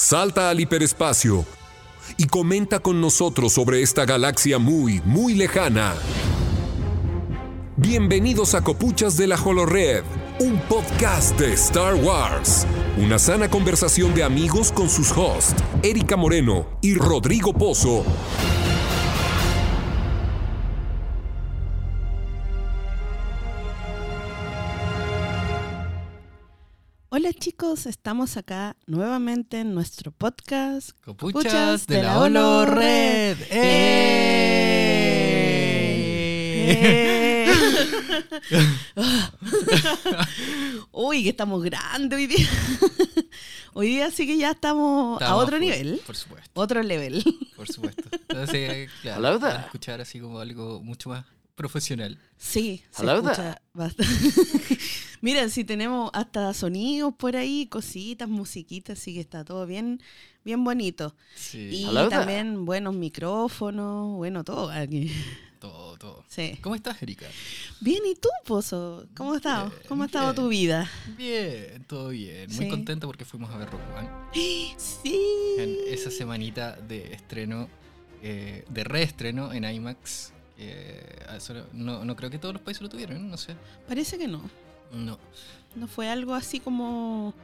Salta al hiperespacio y comenta con nosotros sobre esta galaxia muy, muy lejana. Bienvenidos a Copuchas de la HoloRed, un podcast de Star Wars. Una sana conversación de amigos con sus hosts, Erika Moreno y Rodrigo Pozo. Hola chicos, estamos acá nuevamente en nuestro podcast Copuchas de la HoloRed. Uy, que estamos grandes hoy día. Hoy día sí que ya estamos a otro nivel. Por supuesto. Otro level. Por supuesto. Entonces, claro, van a escuchar así como algo mucho más profesional. Sí, se escucha bastante. Miren, si tenemos hasta sonidos por ahí, cositas, musiquitas, así que está todo bien, bien bonito. Sí. Y también buenos micrófonos, bueno, todo aquí. Todo. Sí. ¿Cómo estás, Erika? Bien, ¿y tú, Pozo? ¿Cómo has estado? Bien, ¿Cómo ha estado tu vida? Bien, todo bien. Muy contento porque fuimos a ver Rogue One. Sí. En esa semanita de estreno, de reestreno en IMAX. No creo que todos los países lo tuvieron, no sé. Parece que no. No fue algo así como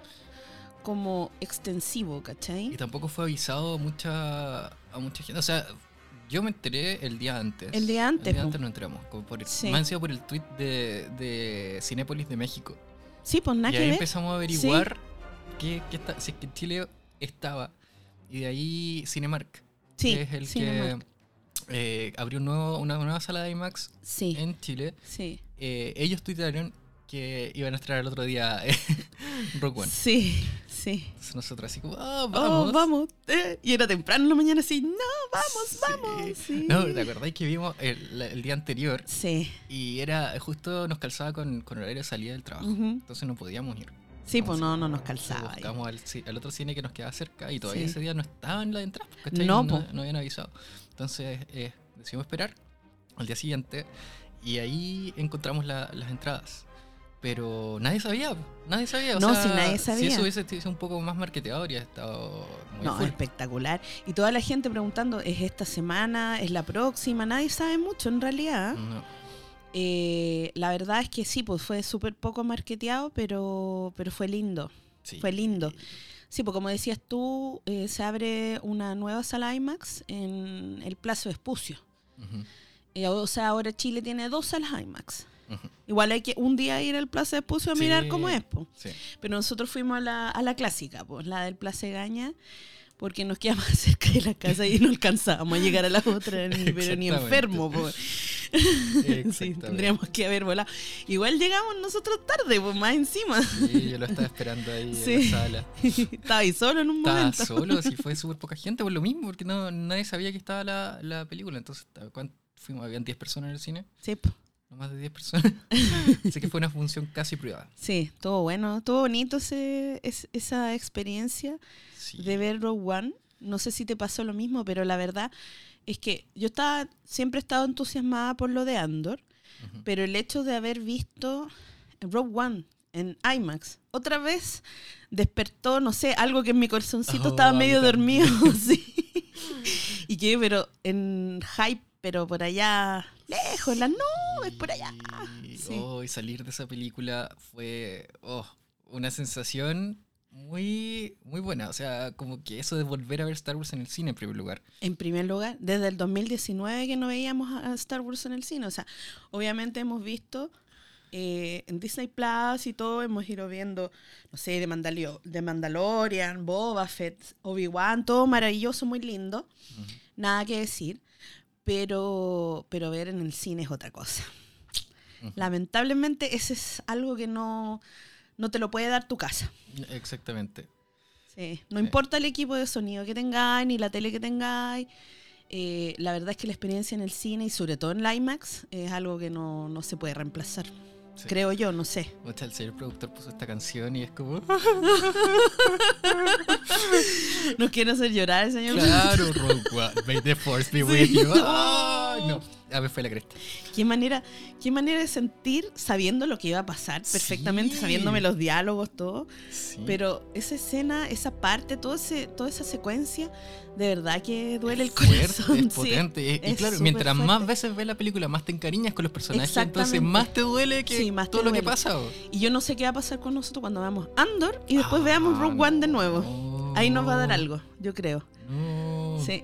extensivo, ¿cachai? Y tampoco fue avisado a mucha gente. O sea, yo me enteré el día antes. El día antes nos enteramos. Me han sido por el tweet de Cinépolis de México. Sí, pues nada y que ahí ver. empezamos a averiguar si es que en Chile estaba. Y de ahí Cinemark. Sí, que es el Cinemark. Que abrió una nueva sala de IMAX en Chile. Sí. Ellos tuitearon que iban a estrenar el otro día Rogue One. Sí. Entonces nosotros así como, vamos. Vamos. Y era temprano en la mañana así, vamos. Sí. No, ¿te acordás que vimos el día anterior? Sí. Y era justo nos calzaba con horario de salida del trabajo. Uh-huh. Entonces no podíamos ir. Sí, pues no nos calzaba. Buscamos al otro cine que nos quedaba cerca y todavía ese día no estaban las entradas, ¿cachai? No habían avisado. Entonces decidimos esperar al día siguiente y ahí encontramos las entradas. Pero nadie sabía. No, si nadie sabía. Si eso hubiese sido un poco más marketeado, habría estado muy full. Espectacular. Y toda la gente preguntando, ¿es esta semana? ¿Es la próxima? Nadie sabe mucho en realidad. No. La verdad es que sí, pues fue súper poco marketeado, pero fue lindo. Sí. Fue lindo. Sí, pues como decías tú, se abre una nueva sala IMAX en el Plaza Vespucio. Uh-huh. O sea, ahora Chile tiene 2 salas IMAX. Uh-huh. Igual hay que un día ir al Plaza Vespucio a mirar cómo es, po. Sí. Pero nosotros fuimos a la clásica, pues, la del Plaza Egaña, porque nos queda más cerca de la casa y no alcanzábamos a llegar a la otra, pero ni enfermo, pues. Sí, tendríamos que haber volado. Igual llegamos nosotros tarde, pues, más encima. Sí, yo lo estaba esperando ahí en la sala. Estaba ahí solo en un momento. Estaba solo, sí, fue súper poca gente por lo mismo, porque nadie sabía que estaba la película. Entonces, ¿cuánto fuimos? ¿Habían 10 personas en el cine? Sí, pues. No más de 10 personas. Así que fue una función casi privada. Sí, todo bueno, todo bonito esa experiencia de ver Rogue One. No sé si te pasó lo mismo, pero la verdad es que yo siempre he estado entusiasmada por lo de Andor, uh-huh. Pero el hecho de haber visto Rogue One en IMAX otra vez despertó, no sé, algo que en mi corazoncito estaba medio dormido. Sí. Y que, pero en hype, pero por allá lejos, es por allá. Sí. Y salir de esa película fue una sensación muy, muy buena. O sea, como que eso de volver a ver Star Wars en el cine en primer lugar. En primer lugar, desde el 2019 que no veíamos a Star Wars en el cine. O sea, obviamente hemos visto en Disney Plus y todo, hemos ido viendo, no sé, de Mandalorian, Boba Fett, Obi-Wan, todo maravilloso, muy lindo. Uh-huh. Nada que decir. Pero ver en el cine es otra cosa. Uh-huh. Lamentablemente ese es algo que no te lo puede dar tu casa. Exactamente. Sí. No importa el equipo de sonido que tengáis, ni la tele que tengáis. La verdad es que la experiencia en el cine y sobre todo en la IMAX es algo que no se puede reemplazar. Sí. Creo yo, no sé. El señor productor puso esta canción y es como... ¿Nos quiere hacer llorar el señor? Claro, Rogue One, may the force be with you. No. A ver, fue la cresta. Qué manera de sentir sabiendo lo que iba a pasar perfectamente, sabiéndome los diálogos, todo. Sí. Pero esa escena, esa parte, toda esa secuencia, de verdad que duele el corazón. Es potente. Y claro, mientras más veces ves la película, más te encariñas con los personajes, entonces más te duele que más todo lo que pasa. Y yo no sé qué va a pasar con nosotros cuando veamos Andor y después veamos Rogue One de nuevo. Ahí nos va a dar algo, yo creo. Sí.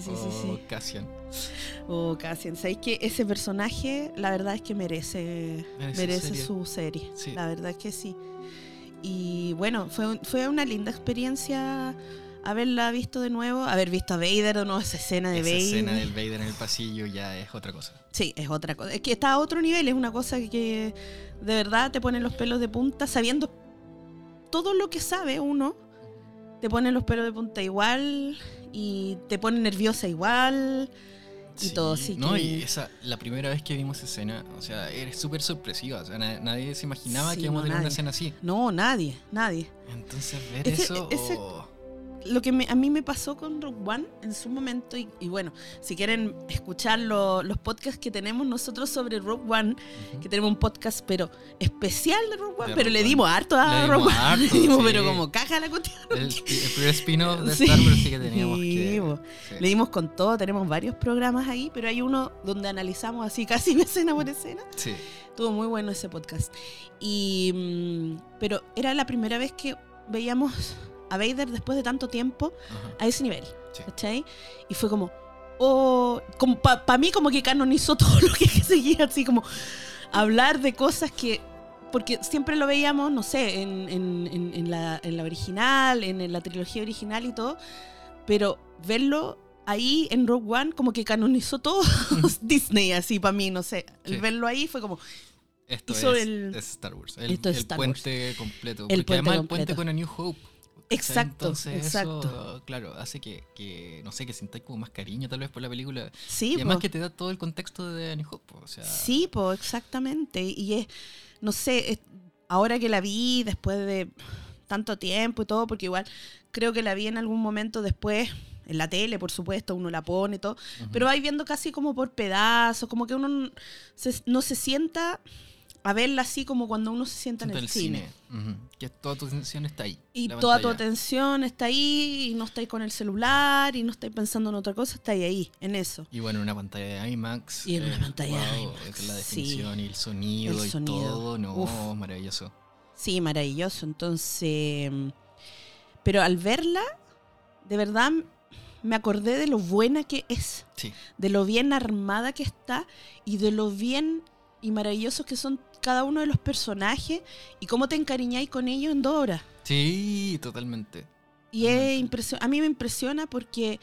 Cassian. ¿Sabéis que ese personaje, la verdad es que merece su serie? Sí. La verdad es que sí. Y bueno, fue una linda experiencia haberla visto de nuevo, haber visto a Vader de nuevo, esa escena de Vader. Esa escena del Vader en el pasillo ya es otra cosa. Sí, es otra cosa. Es que está a otro nivel, es una cosa que de verdad te pone los pelos de punta, sabiendo todo lo que sabe uno, te pone los pelos de punta igual y te pone nerviosa igual y todo. Así no, que... y la primera vez que vimos esa escena, o sea, era súper sorpresiva. O sea, nadie se imaginaba que íbamos a tener una escena así. No, nadie. Entonces ver eso... Lo que a mí me pasó con Rogue One en su momento, y bueno, si quieren escuchar los podcasts que tenemos nosotros sobre Rogue One, que tenemos un podcast pero especial de Rogue One, pero le dimos harto a Rogue One, pero como caja la cuestión. El primer spin-off de Star Wars sí que teníamos le dimos con todo, tenemos varios programas ahí, pero hay uno donde analizamos así casi escena por escena. Sí. Estuvo muy bueno ese podcast. Pero era la primera vez que veíamos a Vader después de tanto tiempo a ese nivel, ¿cachai? Y fue como para mí como que canonizó todo lo que seguía, así como hablar de cosas que, porque siempre lo veíamos, no sé, en la original, en la trilogía original y todo, pero verlo ahí en Rogue One como que canonizó todo Disney, así para mí, no sé, el verlo ahí fue como... Esto es Star Wars, el puente completo, porque además el puente con A New Hope. Exacto, entonces exacto. Eso, claro, hace que no sé, que sintáis como más cariño tal vez por la película. Sí, y además que te da todo el contexto de A New Hope, o sea... Sí, exactamente. Y es, no sé, ahora que la vi después de tanto tiempo y todo, porque igual creo que la vi en algún momento después, en la tele, por supuesto, uno la pone y todo, pero vais viendo casi como por pedazos, como que uno no se sienta... a verla así como cuando uno se sienta en el cine. Que toda tu atención está ahí. Y toda tu atención está ahí, y no estáis con el celular, y no estáis pensando en otra cosa, estáis ahí, en eso. Y bueno, en una pantalla de IMAX. Y en una pantalla de IMAX. La definición y el sonido y todo, maravilloso. Sí, maravilloso. Entonces, pero al verla, de verdad me acordé de lo buena que es. Sí. De lo bien armada que está y de lo bien y maravillosos que son cada uno de los personajes y cómo te encariñáis con ellos en 2 horas. Sí, totalmente. Y a mí me impresiona porque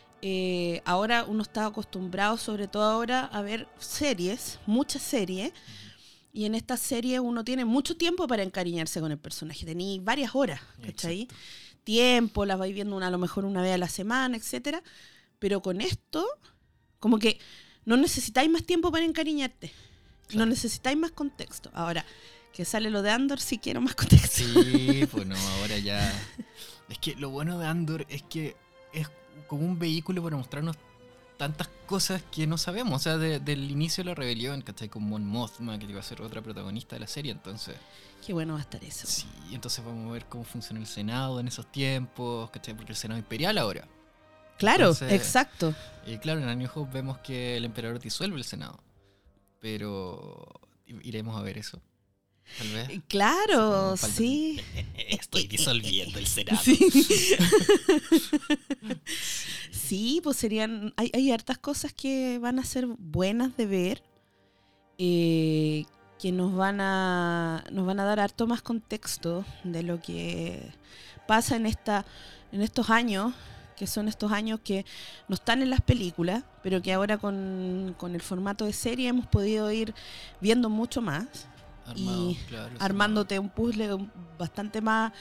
ahora uno está acostumbrado, sobre todo ahora, a ver series, muchas series, y en esta serie uno tiene mucho tiempo para encariñarse con el personaje. Tenéis varias horas, ¿cachai? Exacto. Tiempo, las vais viendo a lo mejor una vez a la semana, etcétera. Pero con esto, como que no necesitáis más tiempo para encariñarte. Claro. No necesitáis más contexto. Ahora, que sale lo de Andor, sí quiero más contexto. Sí, pues no, ahora ya... Es que lo bueno de Andor es que es como un vehículo para mostrarnos tantas cosas que no sabemos. O sea, del inicio de la rebelión, ¿cachai? Con Mon Mothma, que iba a ser otra protagonista de la serie, entonces... Qué bueno va a estar eso. Sí, entonces vamos a ver cómo funciona el Senado en esos tiempos, ¿cachai? Porque el Senado imperial ahora. Claro, entonces, exacto. Y claro, en A New Hope vemos que el emperador disuelve el Senado. Pero iremos a ver eso, tal vez. Claro, sí. Estoy disolviendo el Senado. Sí, sí, pues serían... Hay hartas cosas que van a ser buenas de ver, que nos van a dar harto más contexto de lo que pasa en estos años, que son estos años que no están en las películas, pero que ahora con el formato de serie hemos podido ir viendo mucho más. Y claro, armándote un puzzle bastante más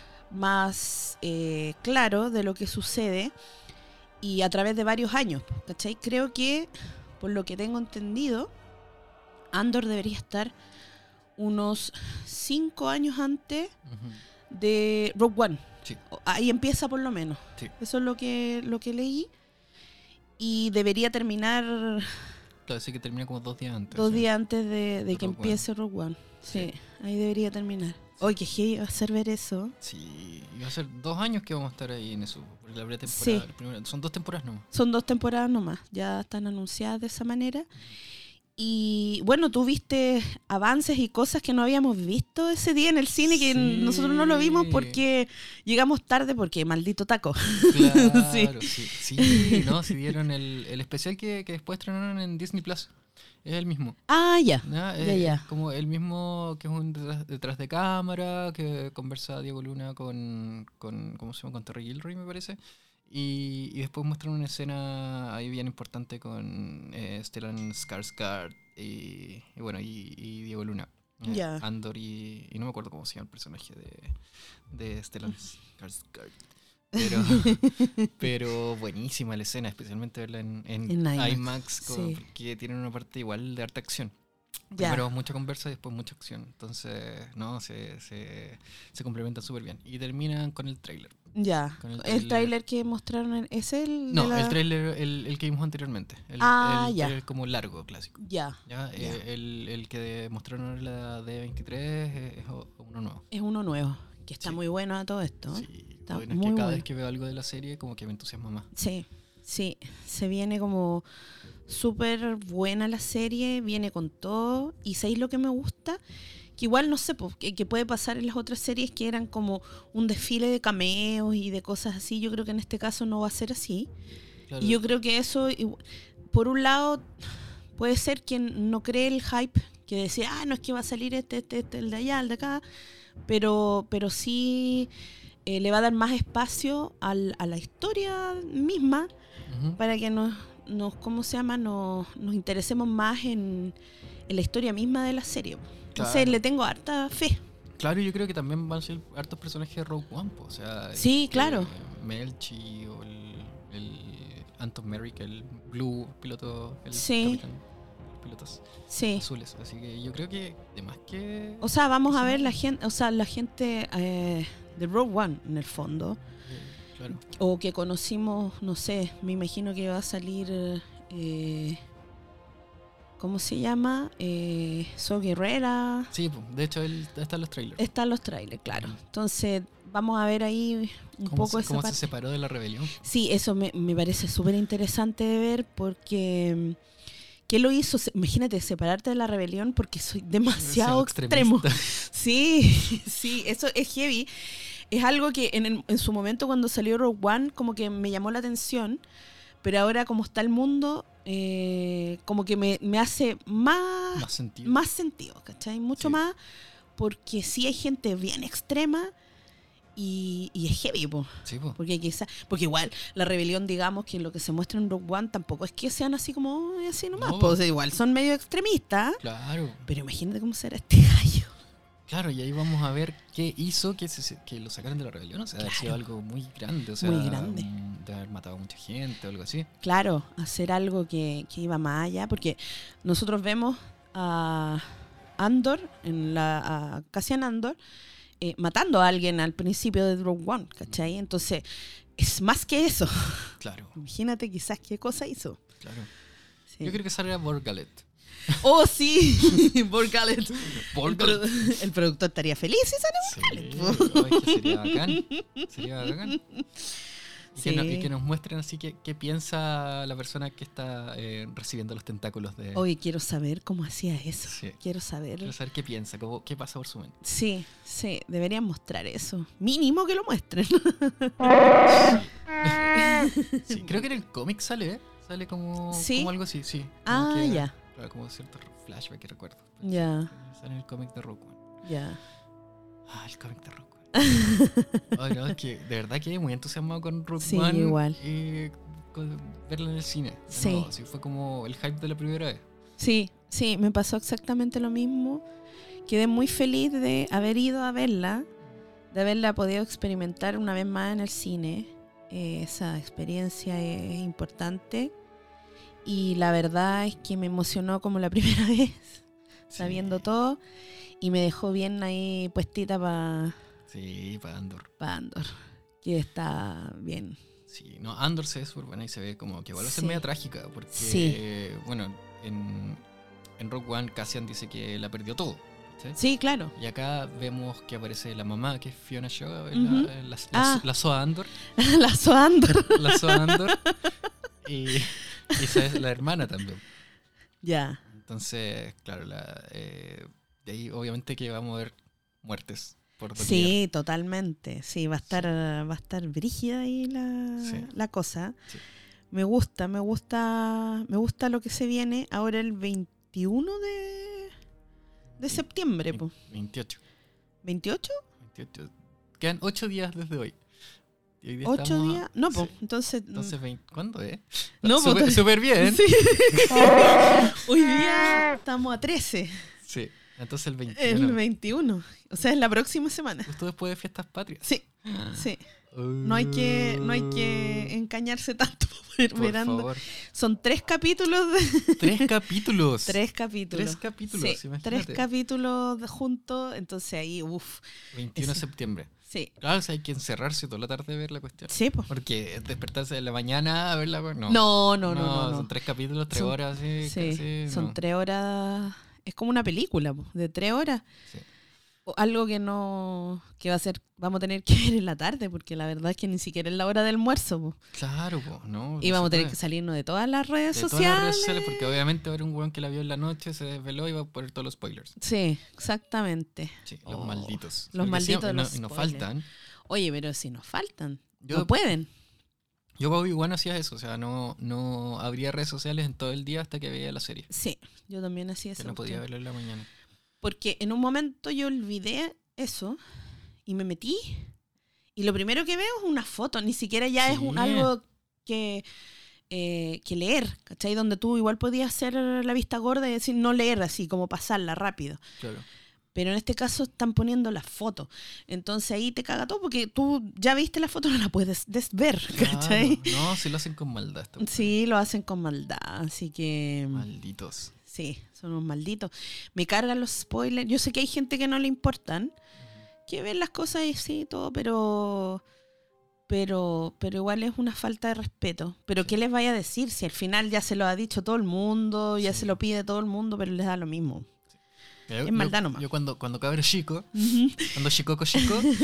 claro de lo que sucede y a través de varios años, ¿cachai? Creo que, por lo que tengo entendido, Andor debería estar unos 5 años antes de Rogue One. Sí. Ahí empieza por lo menos. Sí. Eso es lo que leí. Y debería terminar Claro, sí que termina como 2 días antes. 2 días antes de que Rogue empiece Rogue One. Sí, ahí debería terminar. Oye, qué heavy va a ser ver eso. Sí, y va a ser 2 años que vamos a estar ahí en eso. Porque la primera Sí. temporada, son 2 temporadas nomás. Son 2 temporadas nomás, ya están anunciadas de esa manera. Y bueno, tú viste avances y cosas que no habíamos visto ese día en el cine, que Sí. nosotros no lo vimos porque llegamos tarde, porque maldito taco. Claro, sí, no, sí dieron el especial que después estrenaron en Disney Plus. Es el mismo. Ah, ya. ¿Ya? Ya. Es como el mismo que es un detrás de cámara, que conversa Diego Luna con ¿cómo se llama? Con Terry Gilroy, me parece. Y después muestran una escena ahí bien importante con Stellan Skarsgård y Diego Luna. Ya. Andor y no me acuerdo cómo se llama el personaje de Stellan Skarsgård. Pero buenísima la escena, especialmente verla en IMAX, sí. porque tienen una parte igual de harta acción. Ya. Primero mucha conversa y después mucha acción. Entonces, no, se complementan súper bien. Y terminan con el tráiler. Ya. El tráiler que mostraron es el. No, el tráiler, el que vimos anteriormente. El ya. tráiler como largo, clásico. Ya. El que mostraron en la D23 es uno nuevo. Es uno nuevo, que está muy bueno a todo esto. Sí, está bueno, muy es que cada bueno. vez que veo algo de la serie, como que me entusiasma más. Sí, se viene como súper buena la serie, viene con todo. Y ¿sabéis lo que me gusta? Que igual, no sé, que puede pasar en las otras series que eran como un desfile de cameos y de cosas así. Yo creo que en este caso no va a ser así. Claro. Y yo creo que eso, por un lado, puede ser quien no cree el hype, que decía, no es que va a salir el de allá, el de acá, pero sí le va a dar más espacio a la historia misma, Uh-huh. para que nos ¿cómo se llama? Nos interesemos más en la historia misma de la serie. Claro. Entonces le tengo harta fe. Claro, yo creo que también van a ser hartos personajes de Rogue One, o sea... Sí, claro. Melchi o el Anton Merrick, el Blue piloto, el Sí. capitán, pilotos Sí. azules. Así que yo creo que, además que... O sea, vamos a Sí. ver la gente de Rogue One, en el fondo. Claro. O que conocimos, no sé, me imagino que va a salir... ¿cómo se llama? So Guerrera. Sí, pues, de hecho él está en los trailers. Están los trailers, claro. Entonces, vamos a ver ahí un poco esa ¿Cómo parte. se separó de la rebelión? Sí, eso me parece súper interesante de ver, porque ¿qué lo hizo? Imagínate, separarte de la rebelión porque soy demasiado extremo. Sí, eso es heavy. Es algo que en su momento cuando salió Rogue One como que me llamó la atención, pero ahora como está el mundo, como que me hace más sentido, ¿cachai? Mucho más, porque sí hay gente bien extrema y es heavy, po. Sí, po. Porque igual la rebelión, digamos, que lo que se muestra en Rogue One tampoco es que sean así como así nomás, No. po. O sea, igual son medio extremistas, Claro. pero imagínate cómo será este gallo. Claro, y ahí vamos a ver qué hizo que lo sacaran de la rebelión. O sea, ha sido algo muy grande. O sea, Muy grande. De haber matado a mucha gente o algo así. Claro, hacer algo que iba más allá, porque nosotros vemos a Andor, a Cassian Andor, matando a alguien al principio de Rogue One, ¿cachai? Entonces, es más que eso. Claro, Imagínate quizás qué cosa hizo. claro. Sí. Yo creo que salga Bor Galet. ¡Oh, sí! Bor Galet. Bor Galet. El productor estaría feliz si sale Bor Sí, Galet. ay, que sería bacán. Sería bacán. Y, Sí. que nos muestren así qué piensa la persona que está recibiendo los tentáculos de... Oye, quiero saber cómo hacía eso. Sí. Quiero saber. Quiero saber qué piensa, qué pasa por su mente. Sí, deberían mostrar eso. Mínimo que lo muestren. Sí, creo que en el cómic sale como, ¿Sí? como algo así, sí. Ah, Como que- ya. Claro, como cierto flashback que recuerdo. Ya. Sale en el cómic de Rogue One. Ya. El cómic de Rogue One. Ay, no, es que de verdad quedé muy entusiasmado con Rogue Sí, One. igual. Con verla en el cine. Sí. No, sí, fue como el hype de la primera vez. Sí, me pasó exactamente lo mismo. Quedé muy feliz de haber ido a verla, de haberla podido experimentar una vez más en el cine. Esa experiencia es importante. Y la verdad es que me emocionó como la primera vez, sabiendo todo. Y me dejó bien ahí puestita para Sí, para Andor. Andor, que está bien. Sí, no, Andor se ve súper buena y se ve como que igual va a ser Sí. media trágica, porque, Sí. bueno, en Rogue One Cassian dice que la perdió todo. Sí, claro. Y acá vemos que aparece la mamá, que es Fiona Shaw, la Soa Andor. La Soa Andor. La Soa Andor. Y esa es la hermana también. Ya. Entonces, claro, de ahí obviamente que vamos a ver muertes por doquier. Sí, totalmente. Sí, va a estar brígida ahí la cosa. Sí. Me gusta lo que se viene ahora el 21 de septiembre, po. 28. ¿28? 28. Quedan 8 días desde hoy. Y hoy día 8 días. No, pues, sí. entonces. ¿Cuándo es? No, Súper bien. Sí. Hoy día estamos a 13. Sí, entonces el 21. El 21. O sea, es la próxima semana. Justo después de Fiestas Patrias. Sí, sí. No hay que engañarse tanto por mirando. Favor. Son 3 capítulos. 3 capítulos. 3 capítulos. 3 capítulos, sí, imagínate. 3 capítulos juntos. Entonces ahí, 21 de septiembre. Sí. Claro, o sea, hay que encerrarse toda la tarde a ver la cuestión. Sí, pues. Porque despertarse de la mañana a verla, no. No. Son 3 capítulos, 3 horas, sí. Sí, casi, son 3 horas. Es como una película, de 3 horas. Sí. O algo que vamos a tener que ver en la tarde, porque la verdad es que ni siquiera es la hora del almuerzo, po. Claro, ¿no? Y vamos a tener que salirnos de todas las redes sociales. Todas las redes sociales, porque obviamente va a haber un weón que la vio en la noche, se desveló y va a poner todos los spoilers. Sí, exactamente. Sí, los malditos. Los malditos de los y nos spoilers. faltan. Oye, pero si nos faltan, no pueden. Yo para Obi-Wan hacía eso, o sea, no abría redes sociales en todo el día hasta que veía la serie. Sí, yo también hacía eso. Que no podía verlo en la mañana. Porque en un momento yo olvidé eso y me metí y lo primero que veo es una foto, ni siquiera ya es algo que leer, ¿cachai? Donde tú igual podías hacer la vista gorda y decir no leer así, como pasarla rápido. Claro. Pero en este caso están poniendo la foto. Entonces ahí te caga todo porque tú ya viste la foto, no la puedes desver, ¿cachai? Claro. No, si lo hacen con maldad. Sí, lo hacen con maldad, así que... Malditos. Sí, son unos malditos. Me cargan los spoilers. Yo sé que hay gente que no le importan, que ven las cosas y sí, todo, pero igual es una falta de respeto. Pero ¿qué les vaya a decir si al final ya se lo ha dicho todo el mundo, ya se lo pide todo el mundo, pero les da lo mismo? Es maldad nomás. Yo cuando cabro chico, cuando chico, sí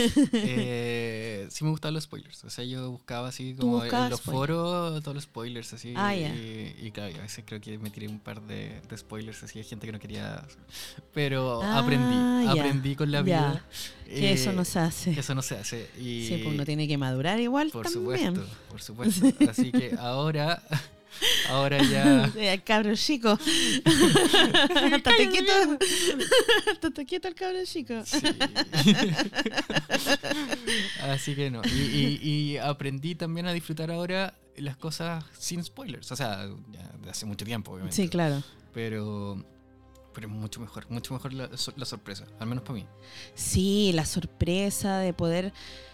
me gustaban los spoilers. O sea, yo buscaba así como en los foros todos los spoilers así. Y claro, a veces creo que me tiré un par de spoilers así. Hay gente que no quería. Pero aprendí con la vida. Que eso no se hace. Eso no se hace. Y sí, pues uno tiene que madurar igual por también. Por supuesto. Así que ahora ya... El cabro chico. Estate quieto el cabro chico. Sí. Así que no. Y aprendí también a disfrutar ahora las cosas sin spoilers. O sea, ya de hace mucho tiempo, obviamente. Sí, claro. Pero es mucho mejor la sorpresa, al menos para mí. Sí, la sorpresa de poder...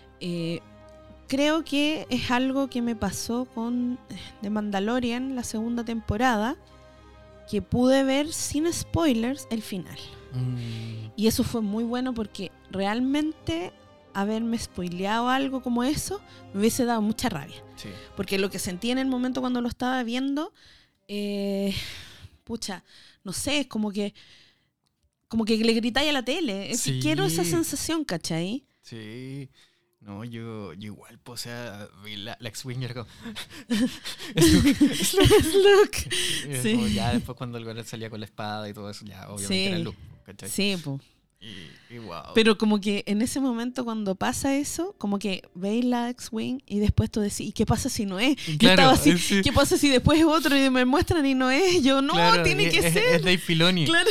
creo que es algo que me pasó con The Mandalorian, la segunda temporada, que pude ver sin spoilers el final. Y eso fue muy bueno porque realmente haberme spoileado algo como eso me hubiese dado mucha rabia. Sí. Porque lo que sentí en el momento cuando lo estaba viendo, no sé, es como que le gritáis a la tele. Sí. Quiero esa sensación, ¿cachai? Sí. No, yo igual, pues, o sea, vi la X-Wing y era como... es Luke. Sí. Como ya después cuando el güey salía con la espada y todo eso, ya obviamente era Luke, ¿cachai? Sí, pues. Y wow. Pero como que en ese momento cuando pasa eso, como que veis la X-Wing y después tú decís, ¿y qué pasa si no es? Claro, yo estaba así, sí. ¿qué pasa si después es otro y me muestran y no es? Yo, no, claro, tiene que ser. Es Dave Filoni. Claro.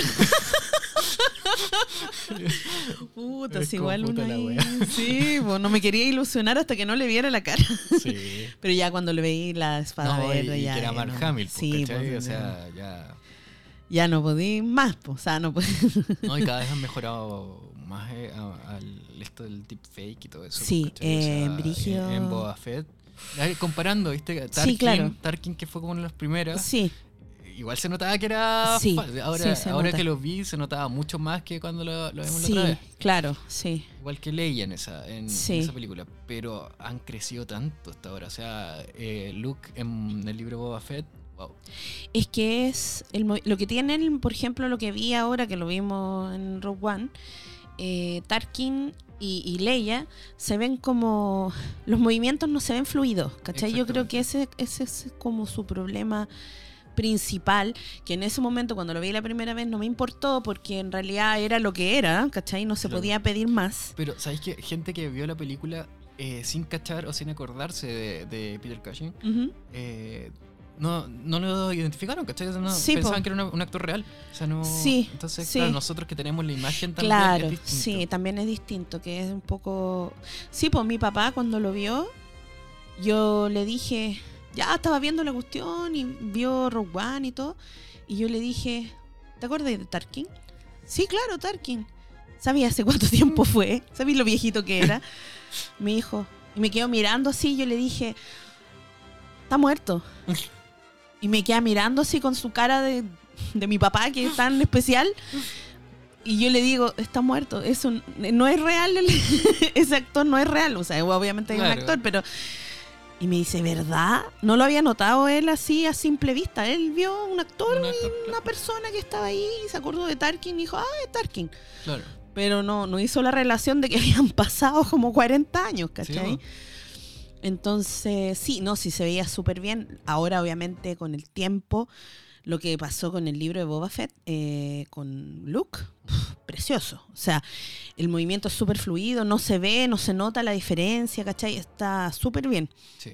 Puta, si igual uno ahí... Sí, pues no me quería ilusionar hasta que no le viera la cara. Sí. Pero ya cuando le veí la espada verde, y ya... que era Mark Hamill, sí, ¿cachai? pues, o sea, ya... Ya no podí más, pues, o sea, no podí... No, y cada vez han mejorado más esto del deepfake y todo eso. Sí, brígido. En Boba Fett. Comparando, ¿viste? Tarkin, sí, claro. Tarkin, que fue como una de las primeras. Sí. Igual se notaba que era... Sí, ahora que lo vi, se notaba mucho más que cuando lo vimos la otra vez. Claro, sí. Igual que Leia en esa película. Pero han crecido tanto hasta ahora. O sea, Luke en el libro Boba Fett, Wow. Es que es lo que tienen, por ejemplo, lo que vi ahora, que lo vimos en Rogue One, Tarkin y Leia se ven como... Los movimientos no se ven fluidos, ¿cachai? Yo creo que ese es como su problema principal, que en ese momento cuando lo vi la primera vez no me importó porque en realidad era lo que era, ¿cachai? No se podía pedir más. Pero, ¿sabéis que gente que vio la película sin cachar o sin acordarse de Peter Cushing, no lo identificaron, ¿cachai? No, sí, pensaban que era un actor real. O sea, no. Sí, entonces, sí. claro, nosotros que tenemos la imagen también claro, es distinto. sí, también es distinto, que es un poco... Sí, pues mi papá cuando lo vio, yo le dije, ya estaba viendo la cuestión y vio Rogue One y todo, y yo le dije, ¿te acuerdas de Tarkin? Sí, claro, Tarkin. ¿Sabía hace cuánto tiempo fue? ¿Sabías lo viejito que era? Me dijo, y me quedó mirando así, yo le dije, está muerto. Y me queda mirando así con su cara de mi papá, que es tan especial. Y yo le digo, está muerto. Eso no es real. Ese actor no es real. O sea, obviamente es un actor, pero... Y me dice, ¿verdad? No lo había notado él así a simple vista. Él vio un actor y una persona que estaba ahí y se acordó de Tarkin y dijo, es Tarkin. Claro. Pero no hizo la relación de que habían pasado como 40 años, ¿cachai? Sí, entonces, sí se veía súper bien. Ahora, obviamente, con el tiempo, lo que pasó con el libro de Boba Fett, con Luke, precioso. O sea, el movimiento es súper fluido, no se ve, no se nota la diferencia, ¿cachai? Está súper bien.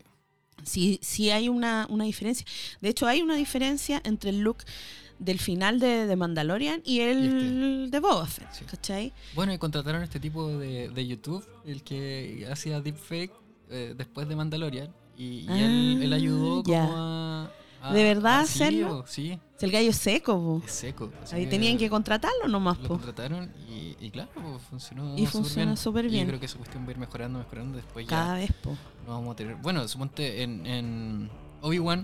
Sí. Sí hay una diferencia. De hecho, hay una diferencia entre el Luke del final de Mandalorian y el de Boba Fett, ¿cachai? Bueno, y contrataron a este tipo de YouTube, el que hacía deepfake después de Mandalorian, y él ayudó como a ¿de verdad hacerlo? Sí. El gallo es seco, po. Es seco. Ahí tenían que contratarlo nomás, lo contrataron y claro, funcionó. Y funciona súper bien. Y yo creo que esa cuestión va a ir mejorando después. Cada ya vez, po. No vamos a tener... Bueno, suponte en Obi-Wan,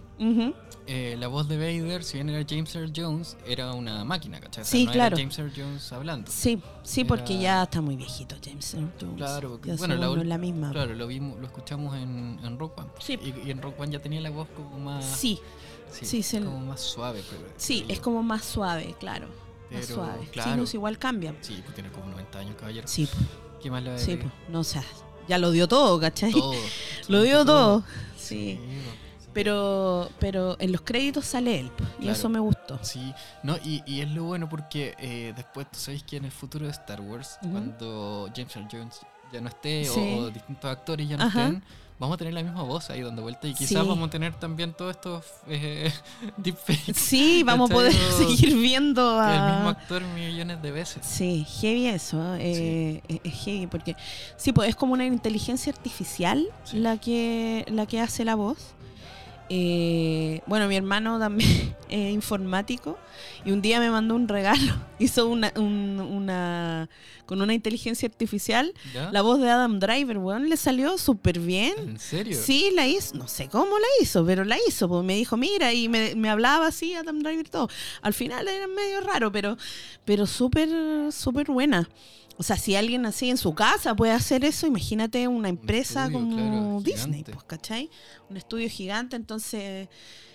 la voz de Vader, si bien era James Earl Jones, era una máquina, ¿cachai? O sea, sí, no claro. Era James Earl Jones hablando. Sí, porque ya está muy viejito James Earl Jones. Claro, porque, ya bueno, la misma. Claro, lo escuchamos en Rogue One. Sí. Y en Rogue One ya tenía la voz como más... Sí, como más suave. Sí, es como más suave, claro. Pero, más suave. Claro. Sí, no es igual, cambia. Sí, pues tiene como 90 años, caballero. Sí. ¿Qué más le va a decir? Sí, no, o sea, ya lo dio todo, ¿cachai? Todo. Lo dio todo. Sí. Pero en los créditos sale él, y eso me gustó. Sí, no, y es lo bueno porque después tú sabes que en el futuro de Star Wars, cuando James Earl Jones ya no esté, o distintos actores ya no estén, vamos a tener la misma voz ahí dando vuelta, y quizás vamos a tener también todos estos deepfakes. Sí, vamos a poder seguir viendo el mismo actor millones de veces. Sí, heavy eso, es heavy, porque sí, pues es como una inteligencia artificial la que hace la voz. Bueno, mi hermano también es informático y un día me mandó un regalo. Hizo con una inteligencia artificial. ¿Ya? La voz de Adam Driver, bueno, le salió súper bien. ¿En serio? Sí, la hizo. No sé cómo la hizo, pero la hizo. Pues me dijo, mira, y me hablaba así Adam Driver todo. Al final era medio raro, pero súper, súper buena. O sea, si alguien así en su casa puede hacer eso, imagínate una empresa como Disney, pues, ¿cachai? Un estudio gigante, entonces...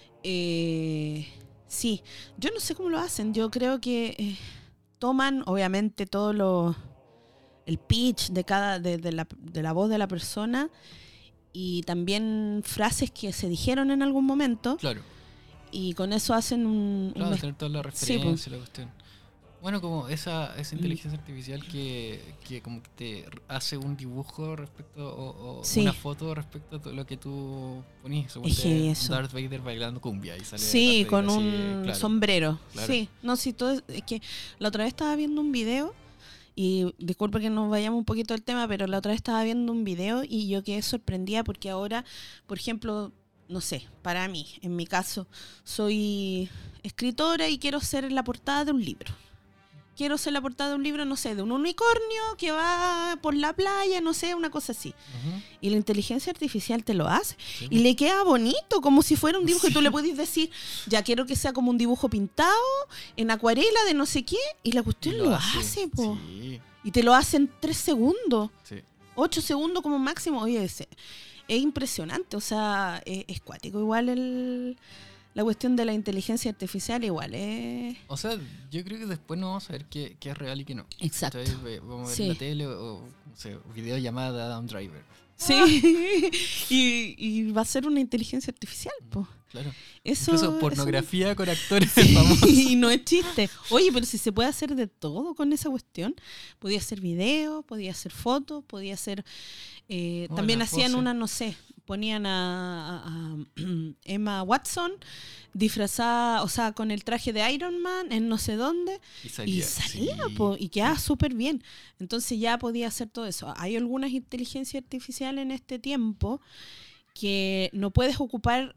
sí, yo no sé cómo lo hacen. Yo creo que toman, obviamente, el pitch de la voz de la persona y también frases que se dijeron en algún momento. Claro. Y con eso hacen Claro, tener toda la referencia, la cuestión. Bueno, como esa inteligencia artificial que como que te hace un dibujo respecto o una foto respecto a lo que tú ponías. Darth Vader bailando cumbia y sale con así, un sombrero. Claro. Sí, no, sí, todo es que la otra vez estaba viendo un video y disculpa que nos vayamos un poquito del tema, pero la otra vez estaba viendo un video y yo quedé sorprendida porque ahora, por ejemplo, no sé, para mí, en mi caso, soy escritora y quiero ser la portada de un libro. Quiero ser la portada de un libro, no sé, de un unicornio que va por la playa, no sé, una cosa así. Y la inteligencia artificial te lo hace. Sí. Y le queda bonito, como si fuera un dibujo. Sí. Y tú le puedes decir, ya quiero que sea como un dibujo pintado, en acuarela, de no sé qué. Y la cuestión lo hace, po. Sí. Y te lo hace en 3 segundos. Sí. 8 segundos como máximo. Oye, es impresionante. O sea, es cuático igual la cuestión de la inteligencia artificial igual O sea, yo creo que después no vamos a ver qué es real y qué no. Exacto. Entonces, vamos a ver la tele o no sé, videollamada de Adam Driver. Sí, y va a ser una inteligencia artificial, pues. Claro. Eso, incluso pornografía con actores sí, famosos. Y no es chiste. Oye, pero si se puede hacer de todo con esa cuestión. Podía hacer video, podía hacer fotos, podía hacer... también hacían una, no sé, ponían a Emma Watson disfrazada, o sea, con el traje de Iron Man en no sé dónde. Y salía sí. Y quedaba súper bien. Entonces ya podía hacer todo eso. Hay algunas inteligencias artificiales en este tiempo que no puedes ocupar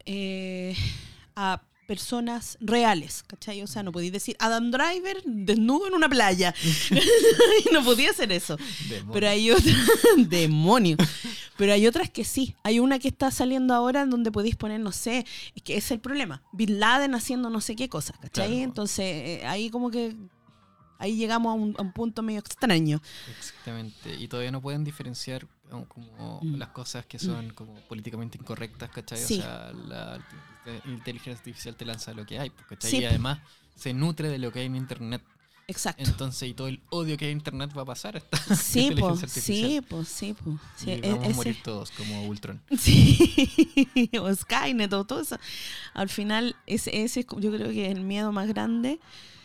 a personas reales, ¿cachai? O sea, no podías decir Adam Driver desnudo en una playa. No podía hacer eso. Demonio. Pero hay otras... ¡Demonio! Pero hay otras que sí. Hay una que está saliendo ahora en donde podéis poner, no sé, es que es el problema. Bin Laden haciendo no sé qué cosa, ¿cachai? Claro. Entonces, ahí como que... Ahí llegamos a un punto medio extraño. Exactamente. Y todavía no pueden diferenciar como las cosas que son como políticamente incorrectas, ¿cachai? Sí. O sea, la inteligencia artificial te lanza lo que hay, ¿cachai? Sí. Y además se nutre de lo que hay en Internet. Exacto. Entonces, y todo el odio que hay en Internet va a pasar a esta sí, inteligencia artificial. Sí. Y vamos a morir todos como Ultron. Sí, o Skynet o todo eso. Al final, ese es, yo creo que es el miedo más grande.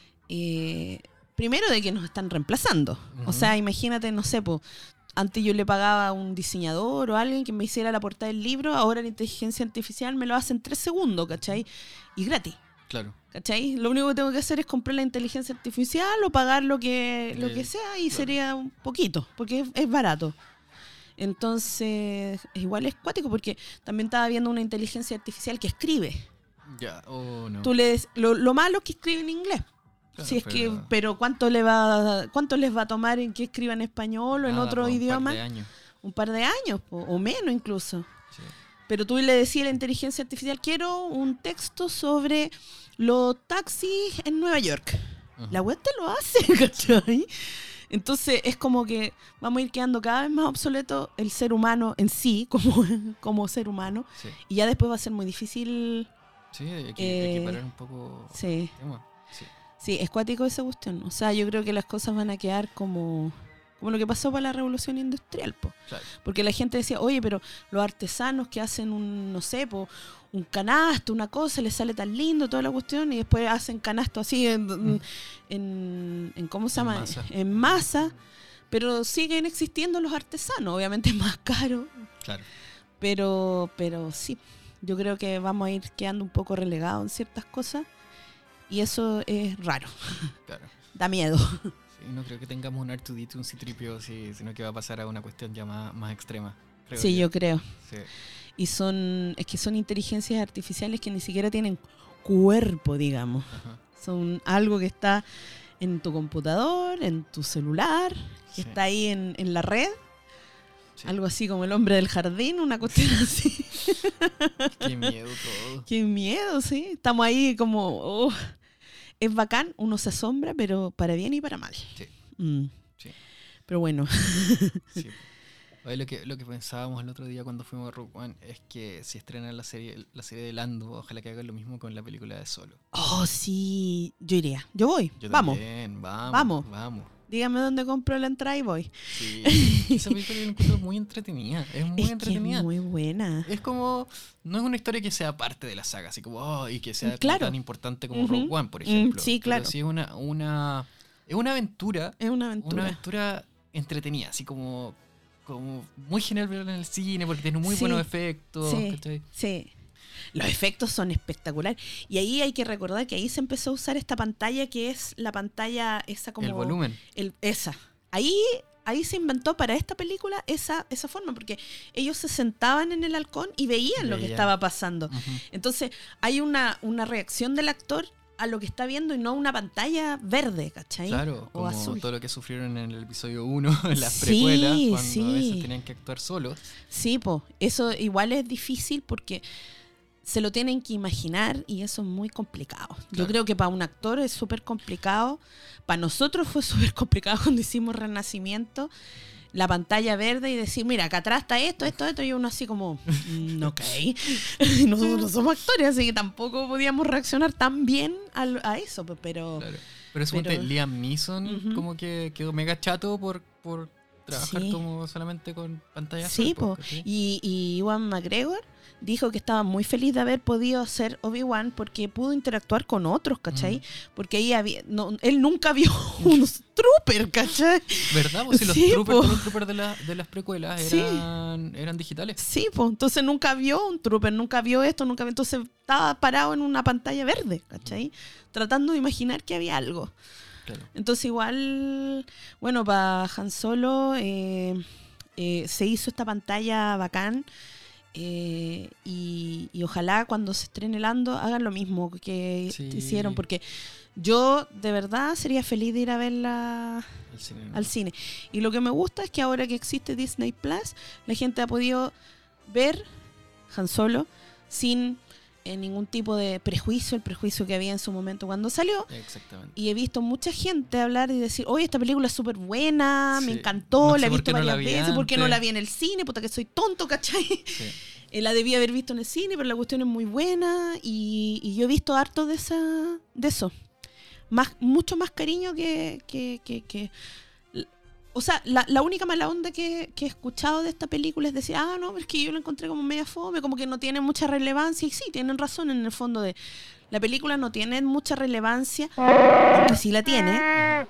Primero de que nos están reemplazando. O sea, imagínate, no sé, antes yo le pagaba a un diseñador o a alguien que me hiciera la portada del libro, ahora la inteligencia artificial me lo hace en 3 segundos, ¿cachai? Y gratis. Claro. ¿Cachai? Lo único que tengo que hacer es comprar la inteligencia artificial o pagar lo que sea y claro. Sería un poquito, porque es barato. Entonces, igual es cuático porque también estaba viendo una inteligencia artificial que escribe. Ya, no. Tú lo malo es que escribe en inglés. Claro, si es pero ¿cuánto les va a tomar en que escriba en español o en otro idioma? Un par de años, o menos incluso. Sí. Pero tú le decías a la inteligencia artificial, quiero un texto sobre los taxis en Nueva York. Uh-huh. La web te lo hace, ¿cachai? Entonces es como que vamos a ir quedando cada vez más obsoleto el ser humano en sí, como ser humano. Sí. Y ya después va a ser muy difícil... Sí, hay que equiparar un poco sí. el tema. Sí, es cuático esa cuestión. O sea, yo creo que las cosas van a quedar como lo que pasó para la revolución industrial, Claro. Porque la gente decía, oye, pero los artesanos que hacen un canasto, una cosa, les sale tan lindo toda la cuestión, y después hacen canasto así en ¿cómo se llama? En masa, pero siguen existiendo los artesanos, obviamente es más caro. Claro. Pero sí, yo creo que vamos a ir quedando un poco relegados en ciertas cosas. Y eso es raro. Claro. Da miedo. Sí, no creo que tengamos un R2D2, un C-3PO, sino que va a pasar a una cuestión ya más extrema. Yo creo. Sí. Y son inteligencias artificiales que ni siquiera tienen cuerpo, digamos. Ajá. Son algo que está en tu computador, en tu celular, que está ahí en la red. Sí. Algo así como el hombre del jardín, una cuestión así. Qué miedo todo. Qué miedo, sí. Estamos ahí como... es bacán, uno se asombra, pero para bien y para mal. Sí. Sí. Pero bueno. Sí. Oye, lo que pensábamos el otro día cuando fuimos a Rogue One es que si estrenan la serie de Lando, ojalá que hagan lo mismo con la película de Solo. Oh, sí. Yo iría. Yo voy. Yo vamos. También. Vamos. Dígame dónde compro la entrada y voy. Sí, esa película yo encuentro muy entretenida. Es muy entretenida. Es muy buena. Es como... No es una historia que sea parte de la saga, así como... y que sea claro. tan importante como Rogue One, por ejemplo. Sí, claro. Pero sí es una aventura. Es una aventura. Una aventura entretenida, así como muy genial verla en el cine, porque tiene muy buenos efectos. Sí. Los efectos son espectaculares. Y ahí hay que recordar que ahí se empezó a usar esta pantalla que es la pantalla esa como... El volumen. Esa. Ahí se inventó para esta película esa forma, porque ellos se sentaban en el halcón y veían lo que estaba pasando. Uh-huh. Entonces hay una reacción del actor a lo que está viendo y no una pantalla verde, ¿cachai? Claro, o como azul. Todo lo que sufrieron en el episodio 1, en las precuelas, cuando a veces tenían que actuar solos. Sí, eso igual es difícil porque se lo tienen que imaginar y eso es muy complicado. Claro. Yo creo que para un actor es súper complicado. Para nosotros fue súper complicado cuando hicimos Renacimiento. la pantalla verde y decir, mira, acá atrás está esto, y uno así como, ok. Nosotros no somos actores, así que tampoco podíamos reaccionar tan bien a eso, pero... Claro. Pero suponte, Liam Neeson como que quedó mega chato por trabajar como solamente con pantalla azul. Sí, y Ewan McGregor dijo que estaba muy feliz de haber podido hacer Obi-Wan porque pudo interactuar con otros, ¿cachai? Porque ahí él nunca vio unos troopers, ¿cachai? ¿Verdad? Pues si los troopers de las precuelas eran digitales. Sí, pues entonces nunca vio un trooper, nunca vio esto, entonces estaba parado en una pantalla verde, ¿cachai? Tratando de imaginar que había algo. Claro. Entonces igual, bueno, para Han Solo se hizo esta pantalla bacán. Y ojalá cuando se estrene Lando hagan lo mismo que hicieron, porque yo de verdad sería feliz de ir a verla al cine. Y lo que me gusta es que ahora que existe Disney Plus, la gente ha podido ver Han Solo sin ningún tipo de prejuicio, el prejuicio que había en su momento cuando salió. Exactamente. Y he visto mucha gente hablar y decir, oye, esta película es súper buena, me encantó, la he visto varias veces, ¿por qué no la vi en el cine? Puta que soy tonto, ¿cachai? Sí. La debía haber visto en el cine, pero la cuestión es muy buena y yo he visto harto de eso. Mucho más cariño que o sea, la única mala onda que he escuchado de esta película es decir, no, pero es que yo la encontré como media fome, como que no tiene mucha relevancia. Y sí, tienen razón en el fondo de la película, no tiene mucha relevancia, aunque sí la tiene,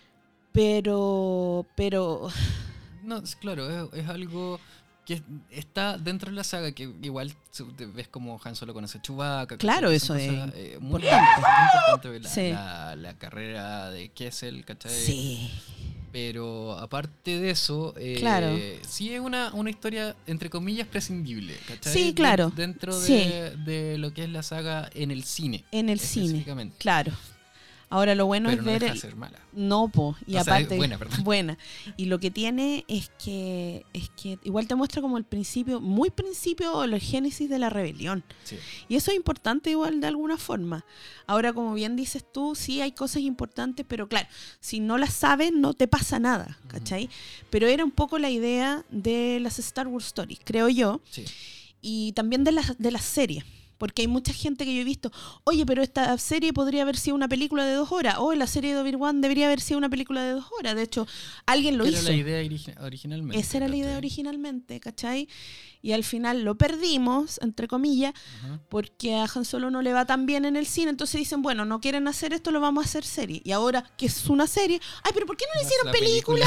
pero no, claro, es algo que está dentro de la saga, que igual ves como Han Solo conoce a Chewbacca. Claro, eso es muy importante ver la carrera de Kessel, ¿cachai? Sí. Pero aparte de eso, claro. Sí es una historia, entre comillas, prescindible, ¿cachai? Sí, claro. Dentro de lo que es la saga en el cine. En el cine, claro. Ahora lo bueno pero es no ver... deja de ser mala. No, y aparte... buena, perdón. Buena. Y lo que tiene es que igual te muestra como el principio, muy principio, o el génesis de la rebelión. Sí. Y eso es importante igual de alguna forma. Ahora, como bien dices tú, sí hay cosas importantes, pero claro, si no las sabes, no te pasa nada, ¿cachai? Pero era un poco la idea de las Star Wars Stories, creo yo. Sí. Y también de las series. Porque hay mucha gente que yo he visto, oye, pero esta serie podría haber sido una película de 2 horas, o la serie de Obi-Wan debería haber sido una película de 2 horas. De hecho, alguien lo hizo. Era la idea originalmente. Esa era la idea originalmente, ¿cachai? Y al final lo perdimos, entre comillas, porque a Han Solo no le va tan bien en el cine. Entonces dicen, bueno, no quieren hacer esto, lo vamos a hacer serie. Y ahora que es una serie, ay, pero ¿por qué no le hicieron película?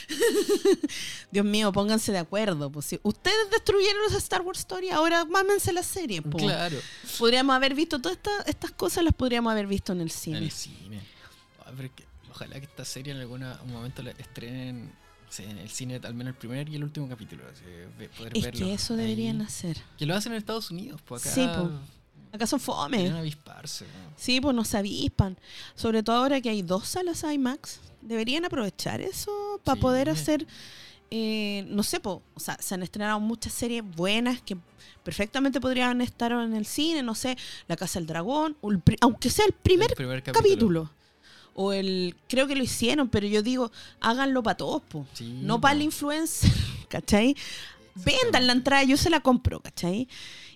Dios mío, pónganse de acuerdo. Pues, si ustedes destruyeron los Star Wars Story, ahora mámense la serie. Pues. Claro. Podríamos haber visto todas estas cosas, las podríamos haber visto en el cine. En el cine. Ojalá que esta serie en algún momento la estrenen en el cine, al menos el primer y el último capítulo. Poder es verlo que eso deberían hacer. Que lo hacen en Estados Unidos, pues acá. Sí, pues. Acá son fome. Quieren avisparse, ¿no? Sí, pues no se avispan. Sobre todo ahora que hay 2 salas IMAX. Deberían aprovechar eso para poder hacer... no sé, o sea, se han estrenado muchas series buenas que perfectamente podrían estar en el cine, no sé, La Casa del Dragón, aunque sea el primer capítulo. O creo que lo hicieron, pero yo digo, háganlo para todos, no para el influencer, ¿cachai? Vendan la entrada, yo se la compro, ¿cachai?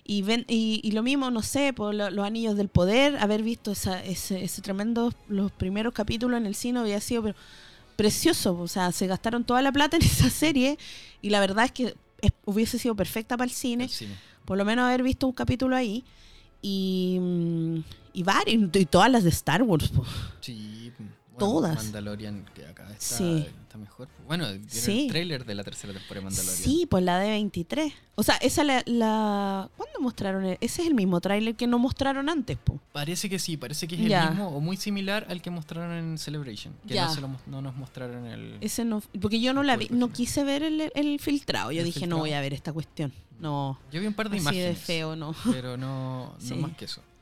Y lo mismo, no sé, por los Anillos del Poder, haber visto ese tremendo, los primeros capítulos en el cine había sido precioso, o sea, se gastaron toda la plata en esa serie y la verdad es que hubiese sido perfecta para el cine. Por lo menos haber visto un capítulo ahí y todas las de Star Wars. Sí, todas. Mandalorian, que acá está mejor. Bueno, tiene el tráiler de la 3ª temporada de Mandalorian. Sí, pues la de 23. O sea, esa ¿cuándo mostraron? Ese es el mismo tráiler que no mostraron antes, Parece que sí, parece que es el mismo o muy similar al que mostraron en Celebration. Que no nos mostraron el... Ese no, porque yo no la vi, no quise ver el filtrado. Yo dije, no voy a ver esta cuestión. No. Yo vi un par de imágenes. Así de feo, no. Pero no más que eso.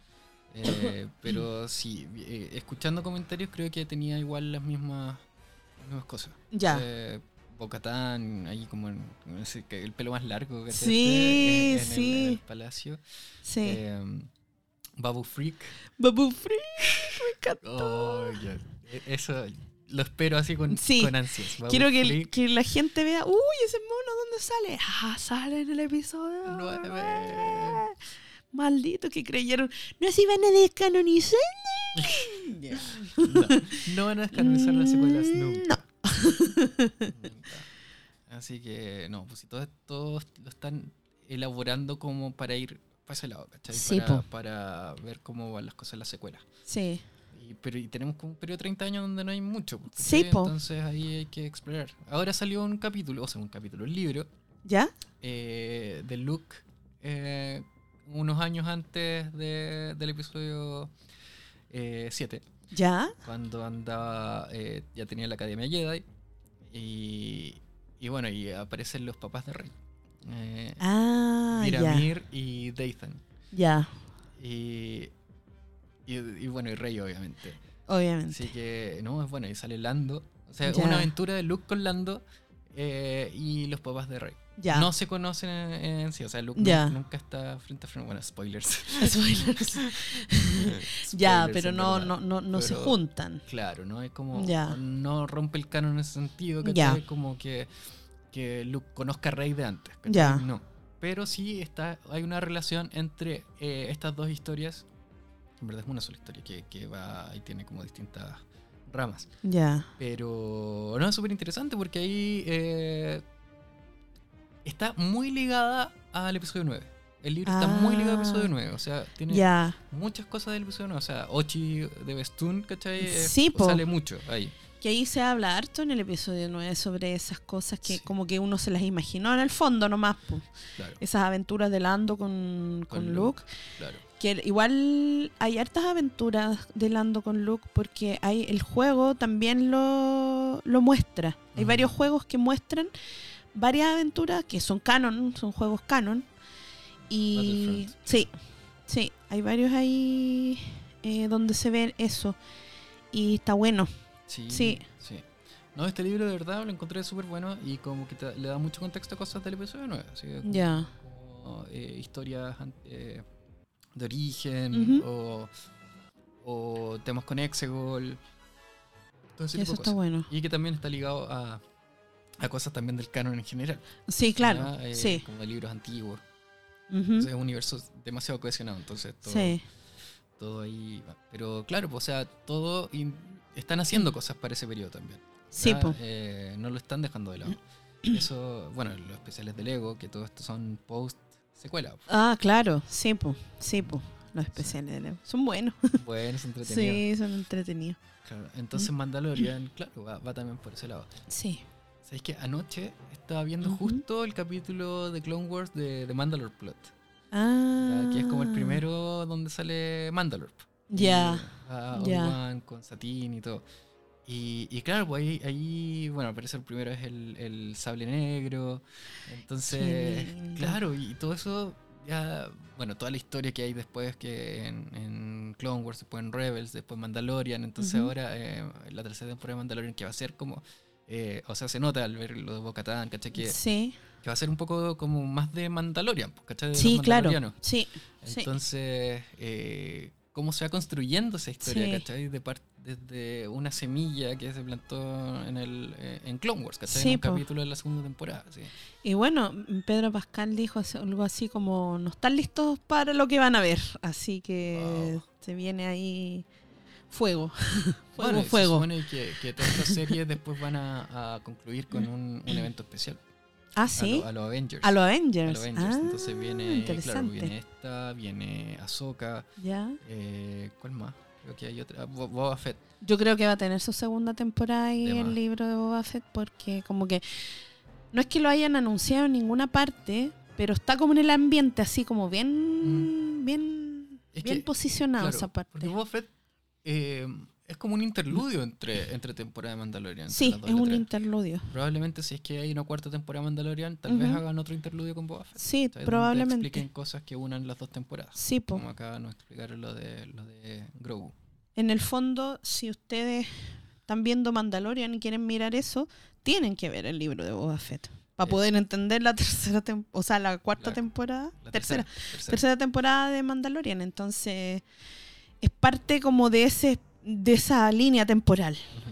Pero sí, escuchando comentarios creo que tenía igual las mismas cosas. Ya. Bo-Katan, ahí como el pelo más largo que sí, en el palacio. Sí. Babu Freak. Me encantó. Eso, lo espero así con ansias. Quiero que la gente vea, uy, ese mono, ¿dónde sale? Sale en el episodio 9. Maldito que creyeron, no se iban a descanonizar. No van a descanonizar las secuelas nunca. No. Así que, no, pues si todos lo están elaborando como para ir para ese lado, ¿cachai? Sí, para ver cómo van las cosas en la secuela. Sí. Pero tenemos como un periodo de 30 años donde no hay mucho. Sí, entonces ahí hay que explorar. Ahora salió un libro. ¿Ya? De Luke, unos años antes del episodio 7. ¿Ya? Cuando andaba, ya tenía la Academia Jedi. Y bueno, y aparecen los papás de Rey. Miramir y Dathan. Ya. Y bueno, y Rey, obviamente. Obviamente. Así que, no, es bueno, y sale Lando. O sea, una aventura de Luke con Lando y los papás de Rey. Ya. No se conocen en sí, o sea, Luke nunca está frente a frente. Bueno, spoilers. Ya, pero no se juntan. Claro, ¿no? Es como, no rompe el canon en ese sentido, ¿cachai? Como que Luke conozca a Rey de antes, ¿cachai? Ya. No. Pero sí hay una relación entre estas dos historias. En verdad es una sola historia que va y tiene como distintas ramas. Ya. Pero no, es súper interesante porque ahí está muy ligada al episodio 9. El libro está muy ligado al episodio 9. O sea, tiene muchas cosas del episodio 9. O sea, Ochi de Bestun, ¿cachai? Sale mucho ahí. Que ahí se habla harto en el episodio 9 sobre esas cosas que como que uno se las imaginó en el fondo nomás. Claro. Esas aventuras de Lando con Luke. Claro. Que igual hay hartas aventuras de Lando con Luke porque el juego también lo muestra. Hay varios juegos que muestran varias aventuras que son canon, son juegos canon. Y sí, hay varios ahí donde se ve eso. Y está bueno. Sí. No, este libro de verdad lo encontré súper bueno y como que le da mucho contexto a cosas del episodio 9. Así como historias de origen o temas con Exegol. Todo ese tipo de cosas. Está bueno. Y que también está ligado a cosas también del canon en general. Sí, claro. Como de libros antiguos. Entonces es un universo demasiado cohesionado. Entonces todo ahí va. Pero claro, o sea, están haciendo cosas para ese periodo también. Sí, no lo están dejando de lado. Eso, bueno, los especiales de Lego, que todo esto son post-secuela. Claro, sí, los especiales de Lego. Son buenos. Buenos, entretenidos. Sí, son entretenidos. Claro, entonces Mandalorian, claro, va también por ese lado. Sí. ¿Sabes qué? Anoche estaba viendo justo el capítulo de Clone Wars de Mandalore Plot. Que es como el primero donde sale Mandalore. Obi-Wan con Satine y todo. Y claro, pues ahí bueno, parece el primero es el sable negro. Entonces, claro, y todo eso, ya, bueno, toda la historia que hay después que en Clone Wars, después en Rebels, después Mandalorian. Entonces ahora la tercera temporada de Mandalorian que va a ser como... o sea, se nota al ver lo de Bo-Katan, ¿cachai? Que va a ser un poco como más de Mandalorian, ¿cachai? Sí, claro. Sí. Entonces, cómo se va construyendo esa historia, ¿cachai? Desde una semilla que se plantó en Clone Wars, ¿cachai? En un capítulo de la segunda temporada. ¿Sí? Y bueno, Pedro Pascal dijo algo así como, no están listos para lo que van a ver, así que se viene ahí... Fuego. Fuego. Se supone que todas estas series después van a concluir con un evento especial. ¿Sí? A los Avengers. A los Avengers. Entonces viene, interesante. Claro, viene Ahsoka. Ya. ¿Cuál más? Creo que hay otra. Boba Fett. Yo creo que va a tener su segunda temporada ahí el libro de Boba Fett porque como que no es que lo hayan anunciado en ninguna parte, pero está como en el ambiente así como bien posicionado, claro, esa parte. Porque Boba Fett es como un interludio entre temporada de Mandalorian. Sí, es un interludio. Probablemente si es que hay una cuarta temporada de Mandalorian, tal vez hagan otro interludio con Boba Fett. Sí, probablemente. Donde expliquen cosas que unan las dos temporadas. Sí, como acá nos explicaron lo de Grogu. En el fondo, si ustedes están viendo Mandalorian y quieren mirar eso, tienen que ver el libro de Boba Fett. Para poder entender la tercera temporada, o sea, la cuarta temporada. Tercera temporada de Mandalorian. Entonces... es parte como de esa línea temporal.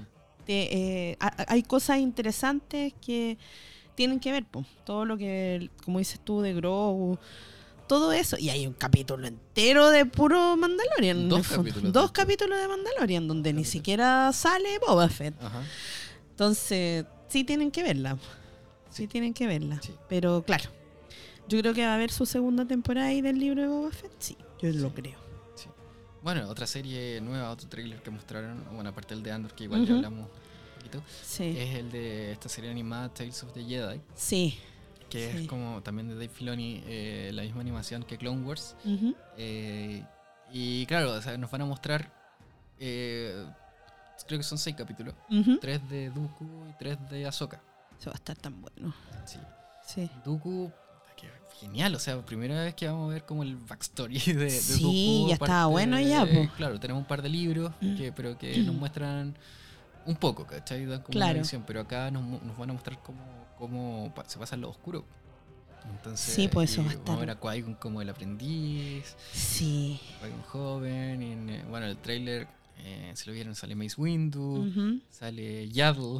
hay cosas interesantes que tienen que ver, pues, todo lo que, como dices tú, de Grogu, todo eso. Y hay un capítulo entero de puro Mandalorian. Dos capítulos de Mandalorian, donde ni siquiera sale Boba Fett. Ajá. Entonces, sí tienen que verla. Sí tienen que verla. Sí. Pero claro, yo creo que va a haber su segunda temporada ahí del libro de Boba Fett. Sí, yo lo creo. Sí. Bueno, otra serie nueva, otro tráiler que mostraron, bueno, aparte del de Andor, que igual ya hablamos un poquito, es el de esta serie animada Tales of the Jedi. Sí. Que es como también de Dave Filoni, la misma animación que Clone Wars. Y claro, o sea, nos van a mostrar, creo que son 6 capítulos, 3 de Dooku y 3 de Ahsoka. Eso va a estar tan bueno. Sí. Dooku, que genial, o sea, primera vez que vamos a ver como el backstory de Dooku. Sí, ya estaba bueno ya, pues. Claro, tenemos un par de libros, pero que nos muestran un poco, ¿cachai? Dan como una visión, pero acá nos van a mostrar cómo se pasa en lo oscuro. Entonces, sí, pues eso va a estar. Vamos a ver a Qui-Gon como el aprendiz. Sí. Qui-Gon joven. Y bueno, el tráiler, si lo vieron, sale Mace Windu, sale Yaddle.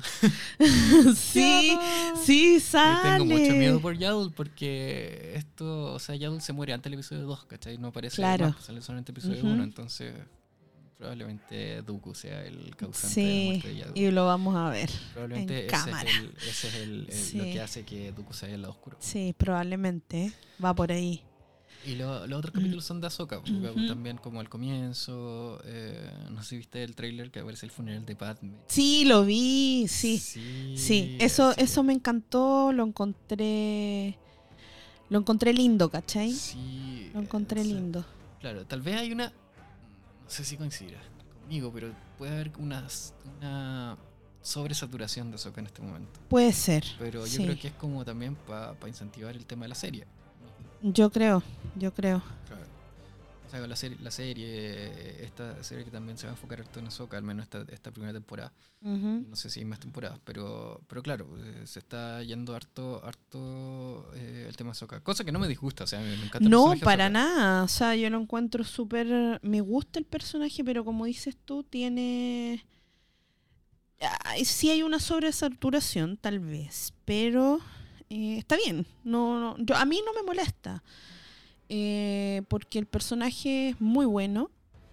sí, sale. Y tengo mucho miedo por Yaddle porque esto, o sea, Yaddle se muere antes del episodio 2, ¿cachai? No aparece más, sale solamente el episodio 1, entonces probablemente Dooku sea el causante de la muerte de Yaddle. Y lo vamos a ver probablemente en cámara. Ese es lo que hace que Dooku sea el lado oscuro. Sí, probablemente. Va por ahí. Y los otros capítulos son de Ahsoka, también como al comienzo. No sé si viste el tráiler que aparece el funeral de Padme. Sí, lo vi, sí. Eso me encantó, lo encontré lindo, ¿cachai? Sí. Lo encontré lindo. Claro, tal vez hay una... No sé si coincidirá conmigo, pero puede haber una sobresaturación de Ahsoka en este momento. Puede ser. Pero yo creo que es como también para incentivar el tema de la serie. Yo creo. Claro. O sea, esta serie que también se va a enfocar harto en Ahsoka, al menos esta primera temporada. No sé si hay más temporadas, pero claro, se está yendo harto el tema de Ahsoka. Cosa que no me disgusta, o sea, me encanta el personaje. No, para nada. O sea, yo lo encuentro súper... Me gusta el personaje, pero como dices tú, tiene... Sí hay una sobresaturación, tal vez, pero... está bien, a mí no me molesta, porque el personaje es muy bueno,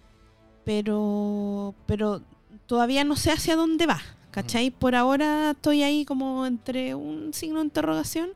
pero todavía no sé hacia dónde va, ¿cachai? Por ahora estoy ahí como entre un signo de interrogación,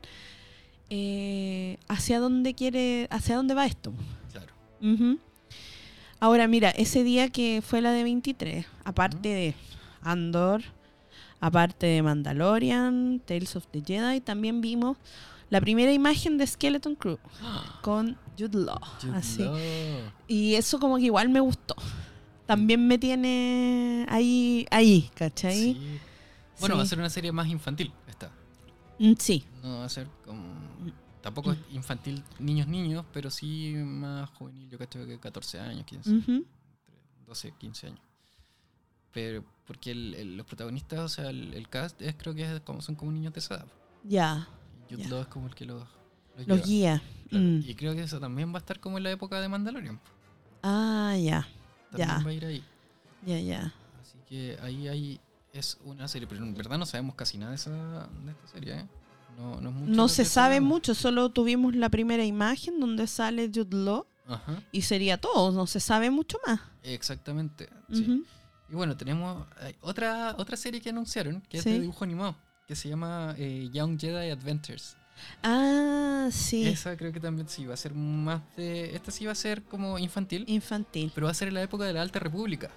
hacia dónde va esto. Claro. Ahora mira, ese día que fue la de 23, aparte de Andor, aparte de Mandalorian, Tales of the Jedi, también vimos la primera imagen de Skeleton Crew con Jude Law. Y eso como que igual me gustó. También me tiene ahí, ¿cachai? Sí. Bueno, va a ser una serie más infantil esta. Sí. No va a ser como... Tampoco es infantil niños, pero sí más juvenil. Yo cacho que 14 años, 15. 12, 15 años. Pero porque los protagonistas, o sea, el cast creo que son como niños de esa edad. Ya. Jude Law es como el que los guía. Claro. Y creo que eso también va a estar como en la época de Mandalorian. Ya. También va a ir ahí. Ya. Así que ahí es una serie, pero en verdad no sabemos casi nada de esta serie, ¿eh? No se sabe mucho, solo tuvimos la primera imagen donde sale Jude Law. Y sería todo, no se sabe mucho más. Exactamente, sí. Y bueno, tenemos otra serie que anunciaron, que es de dibujo animado, que se llama Young Jedi Adventures. Sí. Esa creo que también sí va a ser más de... Esta sí va a ser como infantil. Pero va a ser en la época de la Alta República.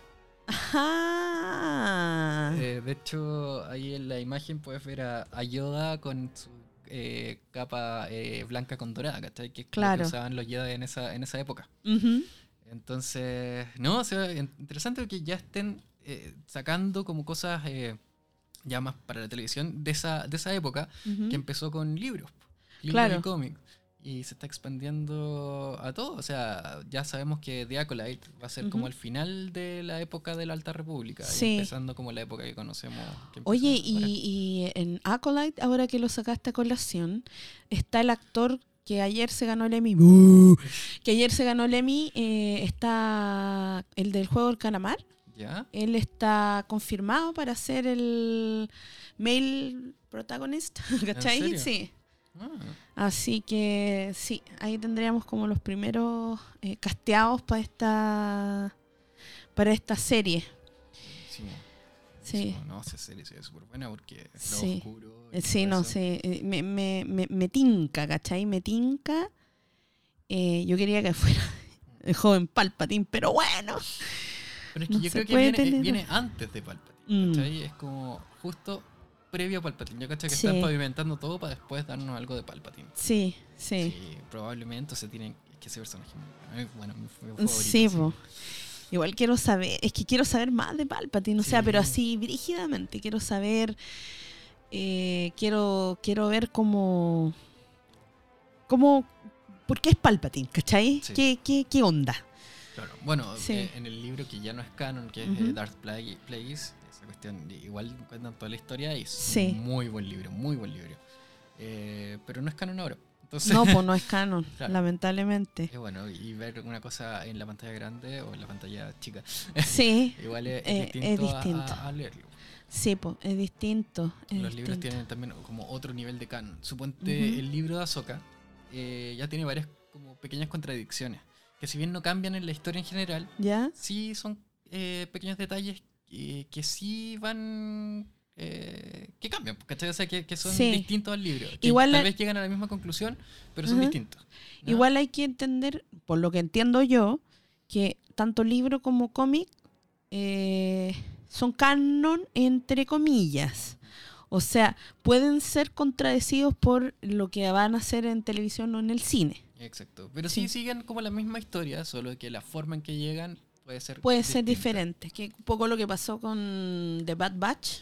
De hecho, ahí en la imagen puedes ver a Yoda con su capa blanca con dorada, ¿cachai? Que es lo que usaban los Jedi en esa época. Entonces, no, o sea, interesante que ya estén sacando como cosas ya más para la televisión de esa época, que empezó con libros y cómics, y se está expandiendo a todo. O sea, ya sabemos que The Acolyte va a ser como el final de la época de la Alta República, y empezando como la época que conocemos. Oye, y en Acolyte, ahora que lo sacaste a colación, está el actor que ayer se ganó el Emmy. Está el del juego del calamar. ¿Ya? Él está confirmado para ser el male protagonist, ¿cachai? ¿En serio? Sí. Ah, Así que sí, ahí tendríamos como los primeros casteados para esta serie. sí. Sí. No, esa serie se ve súper buena porque es lo Sí. oscuro. y Sí, todo no eso. sé. Me tinca, ¿cachai? Me tinca. Yo quería que fuera el joven Palpatine, pero bueno. Pero es que no yo se creo que puede viene, tener- viene antes de Palpatine. Mm. ¿Cachai? Es como justo previo a Palpatine. Yo caché que Sí. están pavimentando todo para después darnos algo de Palpatine. Sí. Sí, probablemente se tienen que ese personaje muy bueno. Mi favorito. Sí, po. Igual quiero saber más de Palpatine, o sea, Sí. pero así brígidamente. Quiero saber, quiero ver cómo, ¿por qué es Palpatine? ¿Cachai? Sí. ¿Qué onda? Claro. Bueno, Sí. en el libro que ya no es canon, que es Ujú. Darth Plagueis, esa cuestión, igual cuentan toda la historia y es Sí. un muy buen libro, muy buen libro. Pero no es canon ahora. Entonces, No, pues no es canon, Claro. lamentablemente. es bueno, y ver una cosa en la pantalla grande o en la pantalla chica, Sí, igual es es distinto, distinto. a leerlo. sí, pues es distinto. es Los libros distinto. tienen también como otro nivel de canon. Suponte Ujú. el libro de Ahsoka ya tiene varias como pequeñas contradicciones, que si bien no cambian en la historia en general, ¿Ya? sí son pequeños detalles que sí van... que cambian, ¿cachai? O sea, que son Sí. distintos al libro. Que Igual tal vez llegan a la misma conclusión, pero son Ajá. distintos. ¿no? Igual hay que entender, por lo que entiendo yo, que tanto libro como cómic son canon entre comillas. O sea, pueden ser contradecidos por lo que van a hacer en televisión o en el cine. Exacto. Pero Sí. sí siguen como la misma historia, solo que la forma en que llegan puede ser Puede ser distinta. diferente. Que un poco lo que pasó con The Bad Batch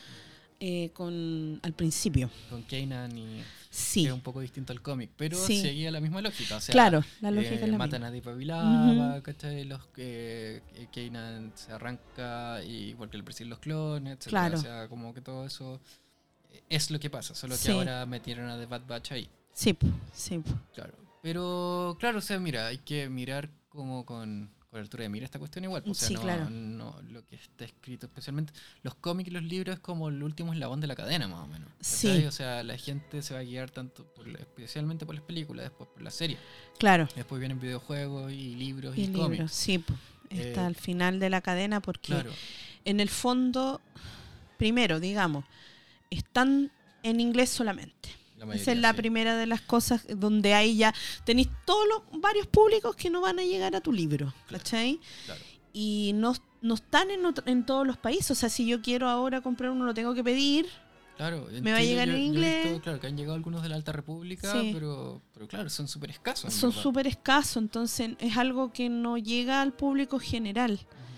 al principio. Con Kanan y... Sí, es un poco distinto al cómic, pero Sí. seguía la misma lógica. O sea, claro, la lógica es la matan misma. a Depa Billaba, ¿cachai? Los que Kanan se arranca y porque le persiguen los clones, etc. Claro. O sea, como que todo eso es lo que pasa, solo que Sí. ahora metieron a The Bad Batch ahí. Sí, sí. Claro. Pero, claro, o sea, mira, hay que mirar como con altura de mira esta cuestión igual. O sea, Sí, no, claro. no lo que está escrito especialmente. Los cómics y los libros es como el último eslabón de la cadena, más o menos. Sí. ¿cachai? O sea, la gente se va a guiar tanto especialmente por las películas, después por las series. Claro. Después vienen videojuegos y libros y, Y libros, cómics. sí, po. Está Eh, al final de la cadena porque Claro, en el fondo, primero, digamos, están en inglés solamente. la mayoría. Esa es la sí. primera de las cosas donde ahí ya tenéis varios públicos que no van a llegar a tu libro, ¿cachai? Claro. Y no están en todos los países. O sea, si yo quiero ahora comprar uno, lo tengo que pedir. Claro, en Me va a Chile llegar en yo he inglés. visto, claro, que han llegado algunos de la Alta República, Sí. pero claro, son súper escasos. en Son verdad. súper escasos, entonces es algo que no llega al público general.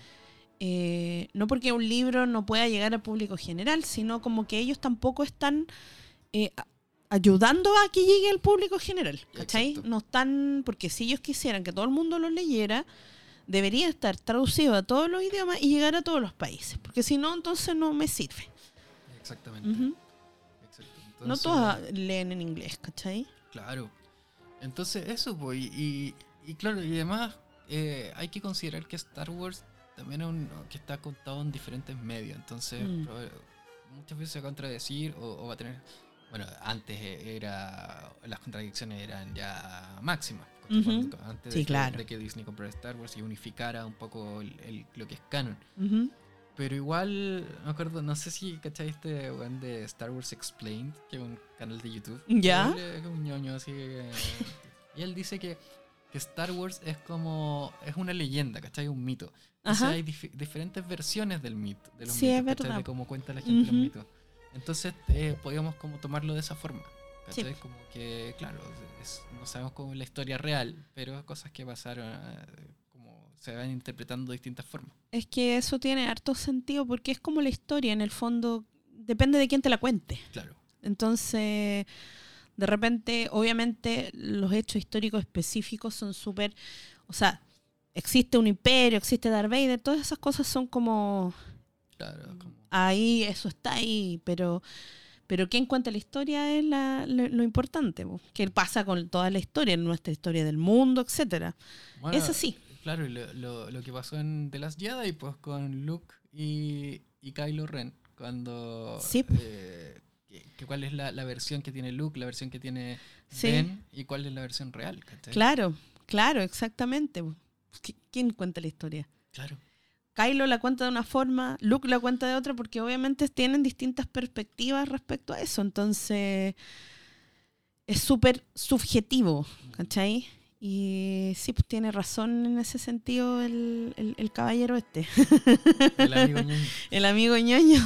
No porque un libro no pueda llegar al público general, sino como que ellos tampoco están ayudando a que llegue al público general, ¿cachai? Exacto. No están, porque si ellos quisieran que todo el mundo lo leyera, debería estar traducido a todos los idiomas y llegar a todos los países, porque si no, entonces no me sirve. Exactamente. Ujú. Exacto. No Entonces, todos leen en inglés, ¿cachai? Claro. Entonces, eso, pues. Y claro, y además hay que considerar que Star Wars también es que está contado en diferentes medios. Entonces, muchas veces se va a contradecir o va a tener. Bueno, antes las contradicciones eran ya máximas. Ujú. Antes Sí, de, claro. de que Disney comprara Star Wars y unificara un poco lo que es canon. Ujú. Pero igual, me acuerdo, no sé si cachai este weón de Star Wars Explained, que es un canal de YouTube. ¿Ya? Él es un ñoño así. Y él dice que Star Wars es una leyenda, ¿cachai? Un mito. Entonces Ajá. hay diferentes versiones del mito, de los Sí, mitos, es ¿cachai? verdad. De cómo cuenta la gente Ujú. los mitos. Entonces podíamos como tomarlo de esa forma. ¿Cachai? Sí. Como que, claro, no sabemos cómo es la historia real, pero cosas que pasaron, como se van interpretando de distintas formas. Es que eso tiene harto sentido porque es como la historia, en el fondo, depende de quién te la cuente. Claro. Entonces, de repente, obviamente, los hechos históricos específicos son súper... O sea, existe un imperio, existe Darth Vader, todas esas cosas son como... Claro, como... Ahí, eso está ahí, pero quién cuenta la historia es lo importante. Po. ¿Qué pasa con toda la historia, nuestra historia del mundo, etcétera? Bueno, Es así. Claro, y lo que pasó en The Last Jedi, pues con Luke y Kylo Ren, cuando... Sí. ¿Cuál es la versión que tiene Luke, la versión que tiene Sí. Ben y cuál es la versión real? ¿Cachai? Claro, exactamente. ¿Quién cuenta la historia? Claro. Kylo la cuenta de una forma, Luke la cuenta de otra, porque obviamente tienen distintas perspectivas respecto a eso. Entonces, es súper subjetivo, ¿cachai? Y sí, pues tiene razón en ese sentido el caballero este. El amigo ñoño. El amigo ñoño.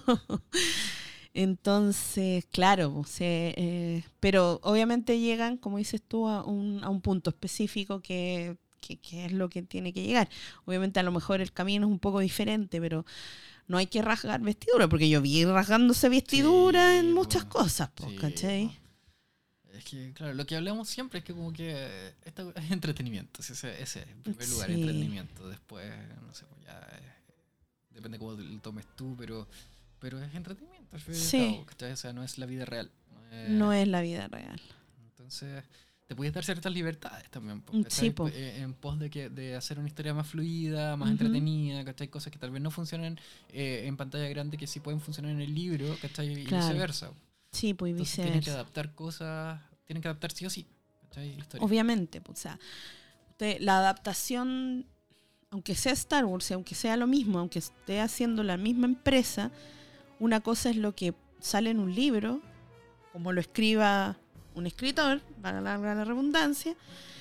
Entonces, claro, pero obviamente llegan, como dices tú, a un punto específico que es lo que tiene que llegar. Obviamente a lo mejor el camino es un poco diferente, pero no hay que rasgar vestidura, porque yo vi rasgándose vestidura en muchas cosas, sí, ¿cachai? Es que, claro, lo que hablamos siempre es que como que esto es entretenimiento, ese es en primer lugar, entretenimiento. Después, no sé, pues ya depende cómo lo tomes tú, pero es entretenimiento, al fin y al cabo, ¿cachai? O sea, no es la vida real. No es la vida real. Entonces, te puedes dar ciertas libertades también, sí, en pos de hacer una historia más fluida, más entretenida, ¿cachai? Cosas que tal vez no funcionan en pantalla grande, que sí pueden funcionar en el libro, ¿cachai? Y viceversa. Sí, pues entonces viceversa. Tienen que adaptar cosas, tienen que adaptar sí o sí, ¿cachai? La historia. Obviamente, pues, o sea, la adaptación, aunque sea Star Wars, aunque sea lo mismo, aunque esté haciendo la misma empresa, una cosa es lo que sale en un libro, como lo escriba un escritor, para la redundancia,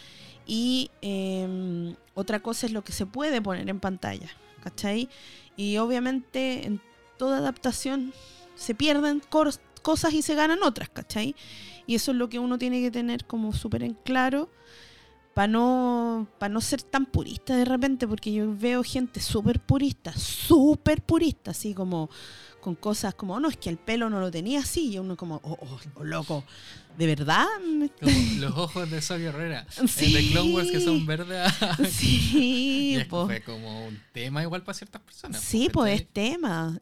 y otra cosa es lo que se puede poner en pantalla, ¿cachai? Y obviamente en toda adaptación se pierden cosas y se ganan otras, ¿cachai? Y eso es lo que uno tiene que tener como súper en claro para no ser tan purista de repente, porque yo veo gente súper purista, así como con cosas como, no, es que el pelo no lo tenía así, y uno como, oh loco, ¿de verdad? Como los ojos de Saw Gerrera, sí. de Clone Wars, que son verdes. Sí, y fue como un tema igual para ciertas personas. Sí, pues es tema,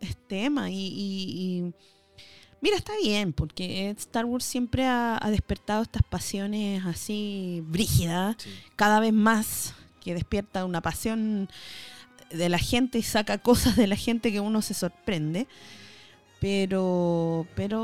y mira, está bien, porque Star Wars siempre ha despertado estas pasiones así brígidas, cada vez más, que despierta una pasión de la gente y saca cosas de la gente que uno se sorprende, pero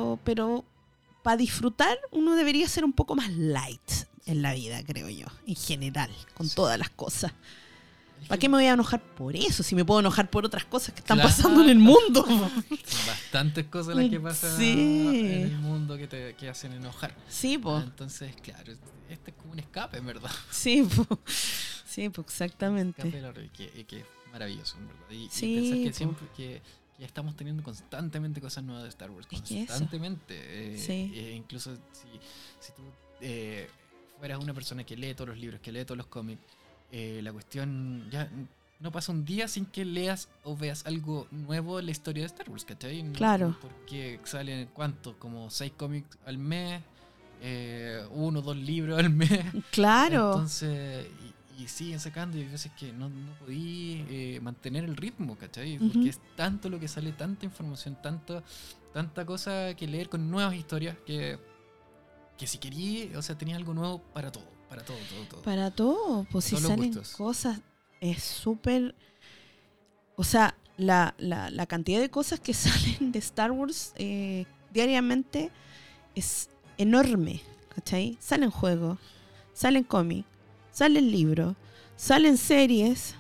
para disfrutar uno debería ser un poco más light en la vida, creo yo, en general, con todas las cosas. ¿Para qué me voy a enojar por eso? Si me puedo enojar por otras cosas que están pasando en el mundo. Son bastantes cosas las que pasan en el mundo que hacen enojar. Sí, pues. Entonces, claro, este es como un escape, en verdad. Sí, pues. Sí, pues exactamente. Un escape que es maravilloso, en verdad. Y pensar que siempre que estamos teniendo constantemente cosas nuevas de Star Wars. Constantemente. Incluso si tú fueras una persona que lee todos los libros, que lee todos los cómics, la cuestión ya no pasa un día sin que leas o veas algo nuevo en la historia de Star Wars, ¿cachai? Claro. Porque salen, ¿cuántos? Como 6 cómics al mes, 1 o 2 libros al mes. Claro. Entonces, y siguen sacando, y hay veces que no podí mantener el ritmo, ¿cachai? Porque es tanto lo que sale, tanta información, tanta cosa que leer con nuevas historias, que si quería, o sea, tenías algo nuevo para todo. Para todo, pues si salen cosas, es súper... O sea, la cantidad de cosas que salen de Star Wars diariamente es enorme, ¿cachai? Salen juegos, salen cómics, salen libros, salen series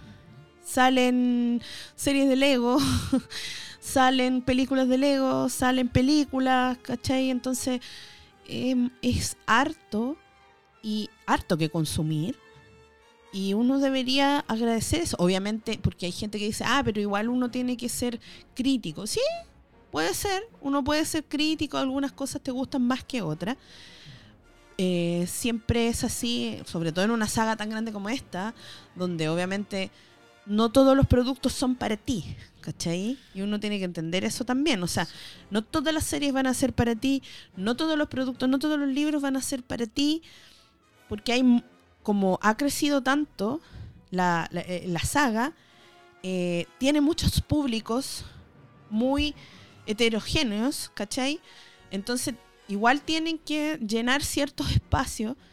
de Lego, salen películas de Lego, salen películas, ¿cachai? Entonces es harto que consumir, y uno debería agradecer eso, obviamente, porque hay gente que dice, pero igual uno tiene que ser crítico. Sí, puede ser, uno puede ser crítico, algunas cosas te gustan más que otras, siempre es así, sobre todo en una saga tan grande como esta, donde obviamente no todos los productos son para ti, ¿cachai? Y uno tiene que entender eso también. O sea, no todas las series van a ser para ti, no todos los productos, no todos los libros van a ser para ti, porque como ha crecido tanto la saga, tiene muchos públicos muy heterogéneos, ¿cachai? Entonces igual tienen que llenar ciertos espacios,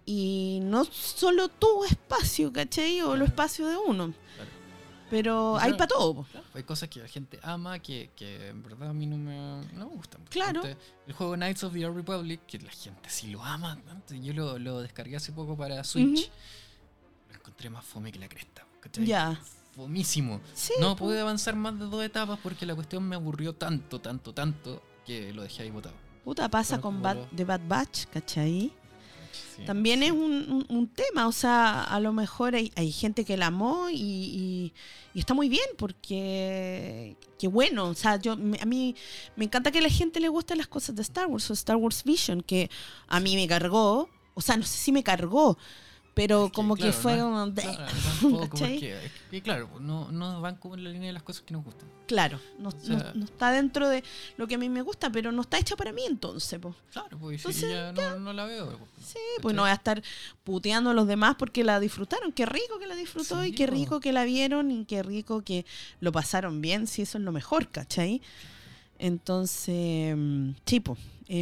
y no solo tu espacio, ¿cachai? O el espacio de uno. Claro. Pero O sea, hay para todo. Po. Claro, hay cosas que la gente ama que en verdad a mí no me gustan. Claro. El juego Knights of the Old Republic, que la gente sí lo ama tanto. Yo lo descargué hace poco para Switch. Lo encontré más fome que la cresta, ¿cachai? Ya. Fomísimo. Sí, no po. pude avanzar más de 2 etapas porque la cuestión me aburrió tanto que lo dejé ahí botado. Puta, pasa Bueno, con como The Bad Batch, ¿cachai? Sí, También sí. es un tema, o sea, a lo mejor hay gente que la amó y está muy bien porque qué bueno, o sea, a mí me encanta que a la gente le gusten las cosas de Star Wars o Star Wars Vision, que a mí me cargó, o sea, no sé si me cargó, pero Es que, como claro, que fue no como... Claro, tampoco, ¿cachai? porque es que, claro, no van como en la línea de las cosas que nos gustan. Claro, O sea, no está dentro de lo que a mí me gusta, pero no está hecha para mí entonces, po. Claro, pues Entonces, si ya no la veo. Sí, pues no voy a estar puteando a los demás porque la disfrutaron. Qué rico que la disfrutó Sí, y qué po. rico que la vieron y qué rico que lo pasaron bien, si eso es lo mejor, ¿cachai? Entonces, sí, pues,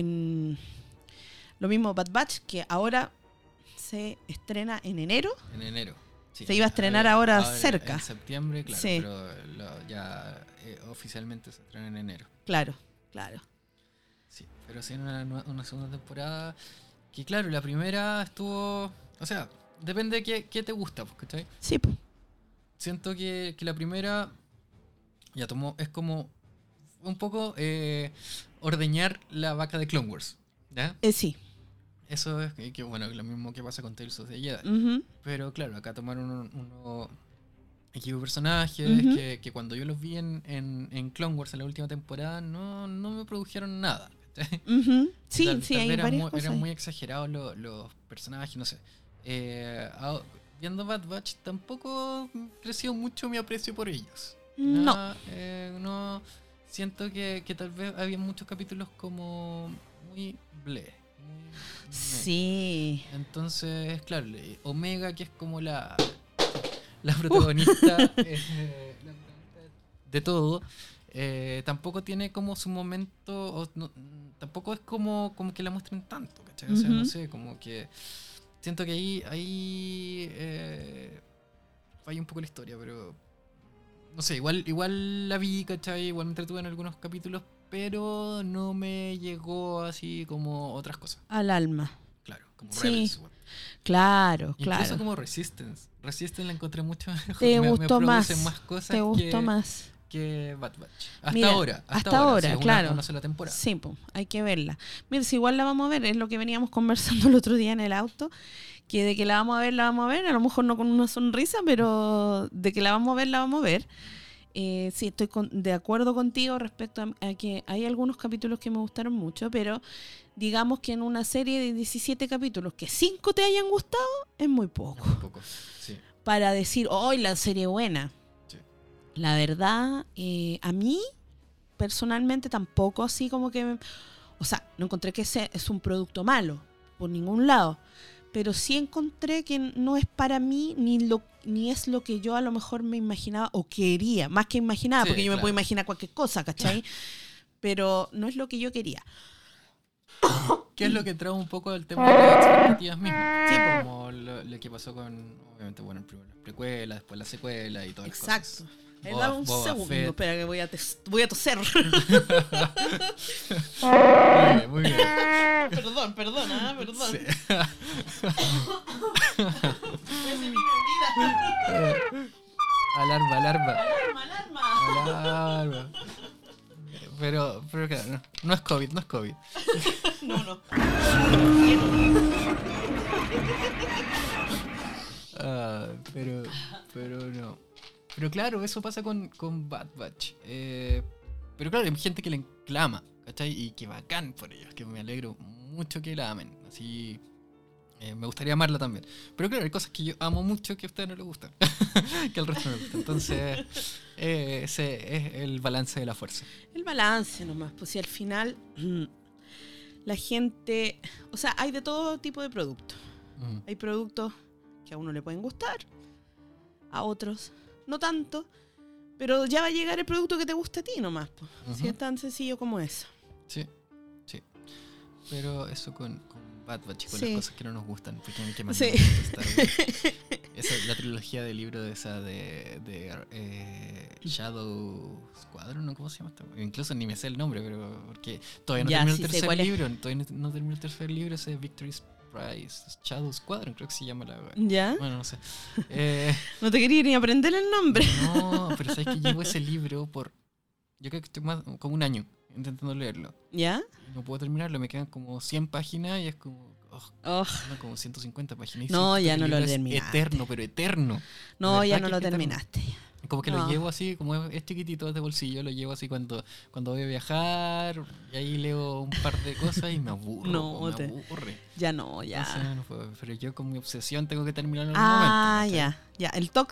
lo mismo Bad Batch, que ahora se estrena en enero. En enero. Sí. Se iba a estrenar ahora cerca. En septiembre, claro, Sí. pero ya oficialmente se estrena en enero. Claro, claro. Sí, pero sí en una segunda temporada que, claro, la primera estuvo... O sea, depende de qué te gusta, pues, ¿cachai? Sí, pues. Siento que la primera ya es como un poco ordeñar la vaca de Clone Wars, ¿ya? Sí. Eso es que bueno, lo mismo que pasa con Tales of the Jedi. Ujú. Pero claro, acá tomaron unos equipo de personajes Ujú. que cuando yo los vi en Clone Wars en la última temporada no me produjeron nada. ¿cachai? Ujú. Sí, Tal sí, vez hay varias cosas. eran muy exagerados los personajes, no sé. Viendo Bad Batch tampoco creció mucho mi aprecio por ellos. No. No siento que tal vez había muchos capítulos como muy bleh. Muy Sí. entonces, claro, Omega, que es como la protagonista, de todo, tampoco tiene como su momento, tampoco es como que la muestren tanto, ¿cachai? O sea, no Ujú. sé, como que siento que ahí falla un poco la historia, pero no sé, igual la vi, ¿cachai? Igual me entretuve en algunos capítulos, pero no me llegó así como otras cosas. Al alma. Claro, como Sí. Rebels. Claro, Incluso claro. como Resistance. Resistance la encontré mucho mejor. Te me gustó produce más. cosas Te gustó más. que Bad Batch. Hasta Mira, ahora. hasta ahora, sí, es claro. una sola temporada. Sí, pues, hay que verla. Mira, si igual la vamos a ver, es lo que veníamos conversando el otro día en el auto, que de que la vamos a ver, a lo mejor no con una sonrisa, pero de que la vamos a ver, la vamos a ver. Sí, estoy de acuerdo contigo respecto a que hay algunos capítulos que me gustaron mucho, pero digamos que en una serie de 17 capítulos, que 5 te hayan gustado, es muy poco. Un poco, sí. Para decir, hoy la serie buena. Sí. La verdad, a mí personalmente tampoco así como que... O sea, no encontré que es un producto malo, por ningún lado. Pero sí encontré que no es para mí ni es lo que yo a lo mejor me imaginaba o quería. Más que imaginaba, Sí, porque yo me claro. puedo imaginar cualquier cosa, ¿cachai? Pero no es lo que yo quería. ¿Qué es lo que trae un poco el tema de las expectativas mismas? Sí, Como lo que pasó con, obviamente, bueno, primero las precuelas, después la secuela y todas las Exacto. cosas. Dame un Boba segundo, Fett. espera que voy a toser. Muy bien. perdón. Sí. Alarma. Alarma. Pero claro, no es COVID. No. Pero no. Pero claro, eso pasa con Bad Batch. Pero claro, hay gente que le clama, ¿cachai? Y que bacán por ellos, que me alegro mucho que la amen. Así, me gustaría amarla también. Pero claro, hay cosas que yo amo mucho que a ustedes no les gustan, que al resto no les gustan. Entonces, ese es el balance de la fuerza. El balance nomás, pues si al final la gente... O sea, hay de todo tipo de productos. Mm. Hay productos que a uno le pueden gustar, a otros no tanto, pero ya va a llegar el producto que te guste a ti nomás, pues. Ujú. Si es tan sencillo como eso. Sí. Pero eso con Bad Batch con Sí. las cosas que no nos gustan. Porque a mí que más Sí. me gusta Star Wars. Esa es la trilogía de libros de esa de Shadow Squadron, ¿no? ¿Cómo se llama? Incluso ni me sé el nombre, pero porque todavía no Ya, termino sí el sé tercer cuál es. libro. Todavía no termino el tercer libro, ese es Victory's Prize. Shadow Squadron, creo que se llama la... ¿Ya? Bueno, no sé. No te quería ni aprender el nombre. No, pero sabes que llevo ese libro por... Yo creo que estoy más como un año intentando leerlo. ¿Ya? No puedo terminarlo, me quedan como 100 páginas y es como... Oh, no, como 150 páginas. Y No, siento que ya el no lo libro es terminaste. eterno, pero eterno. no, De ya verdad no que lo es eterno. terminaste. Como que No. lo llevo así, como es chiquitito, es de bolsillo, lo llevo así cuando voy a viajar y ahí leo un par de cosas y me aburro. No, me te- aburre. Ya no, ya. Entonces, no puedo, pero yo con mi obsesión tengo que terminarlo en Ah, algún momento. ya. El TOC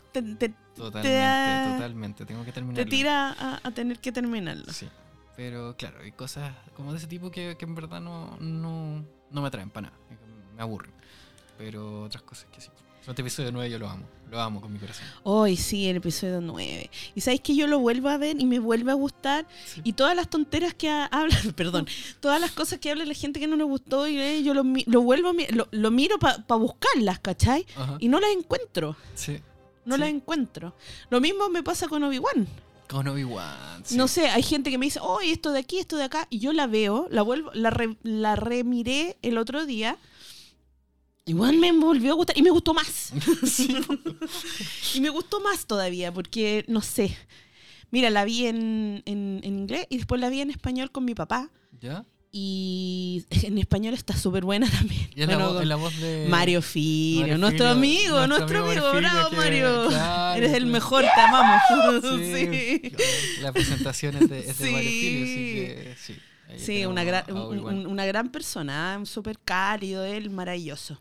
Totalmente, tengo que te terminarlo. tira a tener que terminarlo. Sí, pero claro, hay cosas como de ese tipo que en verdad no me atraen para nada, me aburren. Pero otras cosas que sí. Este episodio 9 yo lo amo con mi corazón. Hoy sí, el episodio 9. Y sabéis que yo lo vuelvo a ver y me vuelve a gustar. Sí. Y todas las tonteras que habla, perdón, todas las cosas que habla la gente que no le gustó, y yo lo vuelvo lo miro para buscarlas, ¿cachai? Ajá. Y no las encuentro. Sí. No Sí. las encuentro. Lo mismo me pasa con Obi-Wan. Con Obi-Wan. Sí. No sé, hay gente que me dice, oh, esto de aquí, esto de acá. Y yo la veo, la remiré el otro día. Igual me volvió a gustar y me gustó más. Sí. Y me gustó más todavía porque, no sé. Mira, la vi en inglés y después la vi en español con mi papá. ¿Ya? Y en español está súper buena también. Y es Bueno, la voz de... Mario Filio, Mario nuestro Filio, amigo, nuestro amigo bravo Filio, que- Mario. claro, Eres el claro. mejor, te amamos. Sí. Sí. La presentación es de Sí. Mario Filio, así que sí. Ahí Sí, tenemos una gran, a Obi-Wan. una gran persona, súper cálido, él, maravilloso.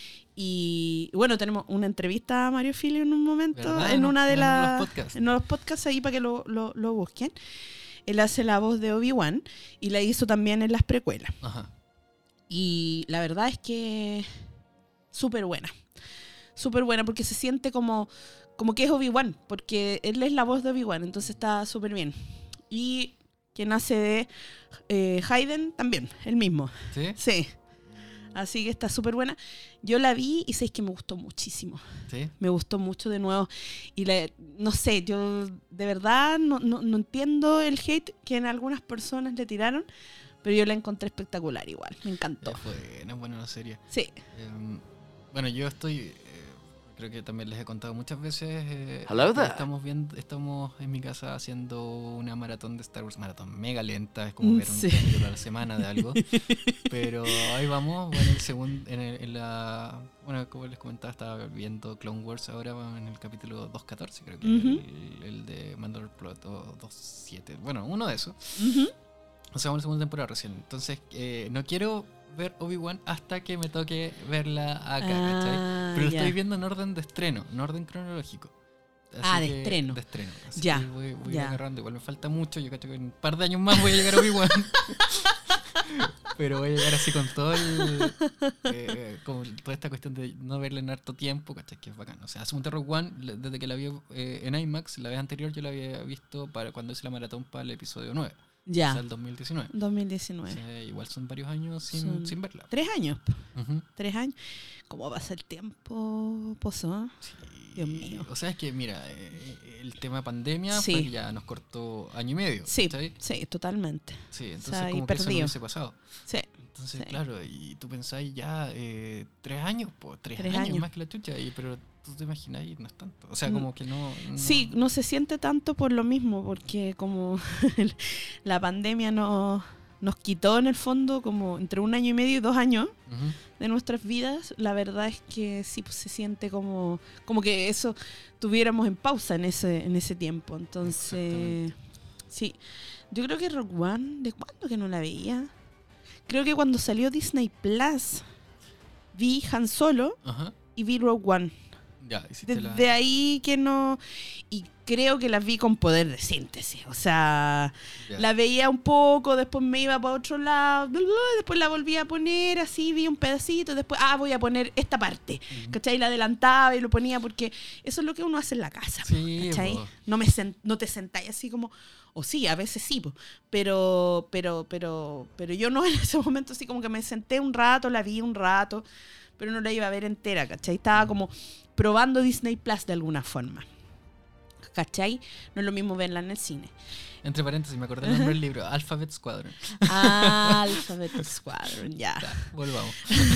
Y bueno, tenemos una entrevista a Mario Filio en un momento, ¿Verdad? en una de En uno de las los podcasts. en los podcasts ahí para que lo busquen. Él hace la voz de Obi-Wan y la hizo también en las precuelas. Ajá. Y la verdad es que súper buena. Súper buena porque se siente como que es Obi-Wan, porque él es la voz de Obi-Wan, entonces está súper bien. Y quien hace de Hayden también, el mismo. ¿Sí? Sí. Así que está súper buena. Yo la vi y sé que me gustó muchísimo. ¿Sí? Me gustó mucho de nuevo. Y no sé, yo de verdad no entiendo el hate que en algunas personas le tiraron, pero yo la encontré espectacular igual. Me encantó. Es buena la serie. Sí. Bueno, yo estoy... creo que también les he contado muchas veces. Hello there. Estamos en mi casa haciendo una maratón de Star Wars, maratón mega lenta, es como ver un Sí. capítulo a la semana de algo. Pero ahí vamos, bueno, bueno, como les comentaba, estaba viendo Clone Wars ahora, vamos en el capítulo 2.14, creo que Ujú. el de Mandalore Plot o 2.7, bueno, uno de esos. Ujú. O sea, una segunda temporada recién. Entonces, no quiero ver Obi-Wan hasta que me toque verla acá, ¿cachai? Pero lo ya. estoy viendo en orden de estreno, en orden cronológico. Así De estreno. De estreno. Así Ya, que voy ya. agarrando. Igual me falta mucho. Yo cacho que en un par de años más voy a llegar a Obi-Wan. Pero voy a llegar así con todo como toda esta cuestión de no verla en harto tiempo, ¿cachai? Que es bacán. O sea, Segunda Rogue One, desde que la vi en IMAX, la vez anterior yo la había visto para cuando hice la maratón para el episodio 9. O sea, Ya. el 2019. 2019. O sea, igual son varios años Son- sin verla. 3 años. Ujú. 3 años. ¿Cómo pasa el tiempo, Pozo? Sí. Dios mío. O sea, es que, mira, el tema pandemia Sí. fue que ya nos cortó año y medio. Sí, ¿cachai? sí, totalmente. Sí, entonces sea, ahí como que eso no perdido. hubiese pasado. Sí. Entonces, Sí. claro, y tú pensáis ya 3 años, pues 3 3 años años. más que la chucha, pero tú te imaginas y no es tanto. O sea, Mm. como que no... Sí, no se siente tanto por lo mismo, porque como la pandemia nos quitó en el fondo como entre 1 año y medio y 2 años Ujú. de nuestras vidas, la verdad es que sí, pues, se siente como que eso tuviéramos en pausa en ese tiempo. Entonces, sí, yo creo que Rogue One, ¿de cuándo que no la veía? Creo que cuando salió Disney Plus vi Han Solo Ajá. y vi Rogue One. Ya, hiciste Desde ahí que no... Y creo que las vi con poder de síntesis. O sea, la veía un poco, después me iba para otro lado, después la volví a poner, así vi un pedacito, después, voy a poner esta parte. ¿Cachai? La adelantaba y lo ponía porque eso es lo que uno hace en la casa. Sí, ¿cachai? No te sentáis así como... O sí, a veces sí, pero yo no en ese momento así como que me senté un rato, la vi un rato, pero no la iba a ver entera, ¿cachai? Estaba como probando Disney Plus de alguna forma, ¿cachai? No es lo mismo verla en el cine. Entre paréntesis, me acordé el nombre del libro, Alphabet Squadron. Alphabet Squadron, ya. Volvamos.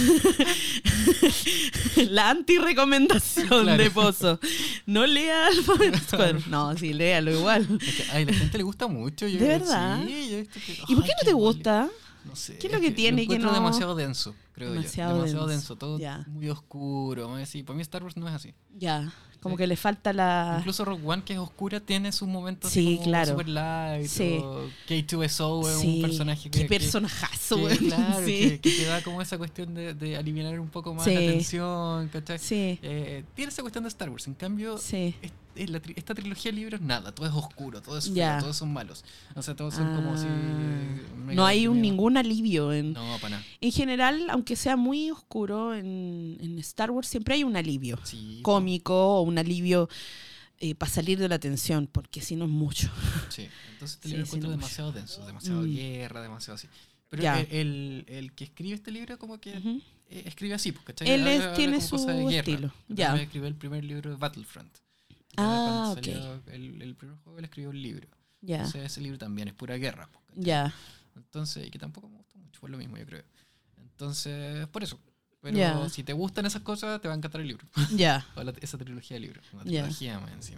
La anti-recomendación de Pozo. No lea Alphabet Squadron. No, sí, léalo igual. Es que, a la gente le gusta mucho. ¿De verdad? Sí, yo he visto que, ¿Y por qué no te gusta? No sé. ¿Qué es lo que tiene que no? Demasiado denso, creo demasiado yo. Demasiado denso. Todo ya. Muy oscuro. Sí, para mí Star Wars no es así. Ya. Como que le falta la... Incluso Rogue One, que es oscura, tiene sus momentos sí, como claro. super light. Sí. O K2SO es sí. un personaje que... Qué personajazo, güey. Claro, sí. que te da como esa cuestión de aliviar un poco más sí. la tensión, ¿cachai? Sí. Tiene esa cuestión de Star Wars. En cambio, sí. esta trilogía de libros, nada. Todo es oscuro, todo es feo, todos son malos. O sea, todos son como si... No hay ningún alivio. No, para nada. En general, aunque sea muy oscuro, en Star Wars siempre hay un alivio cómico o un alivio para salir de la tensión, porque si no es mucho. Sí, entonces este libro encuentro demasiado denso, demasiado guerra, demasiado así. Pero el que escribe este libro como que escribe así, ¿cachai? Él tiene su estilo. Ya. Escribió el primer libro de Battlefront. Ok. El primer juego él escribió un libro. Ya. Entonces ese libro también es pura guerra. ¿Cachai? Ya. Entonces, y que tampoco me gustó mucho, fue lo mismo yo creo. Entonces, por eso. Pero si te gustan esas cosas, te va a encantar el libro. Ya. O esa trilogía de libros. Una trilogía más encima.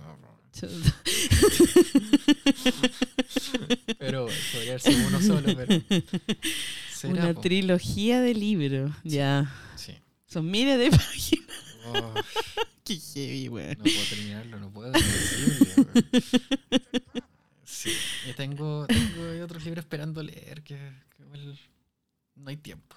Pero podría ser uno solo, pero... Una trilogía de libros. Sí. Ya. Sí. Son miles de páginas. Oh. Qué heavy, güey. No puedo terminarlo, no puedo. Es imposible, sí. Y tengo otros libros esperando leer que igual no hay tiempo.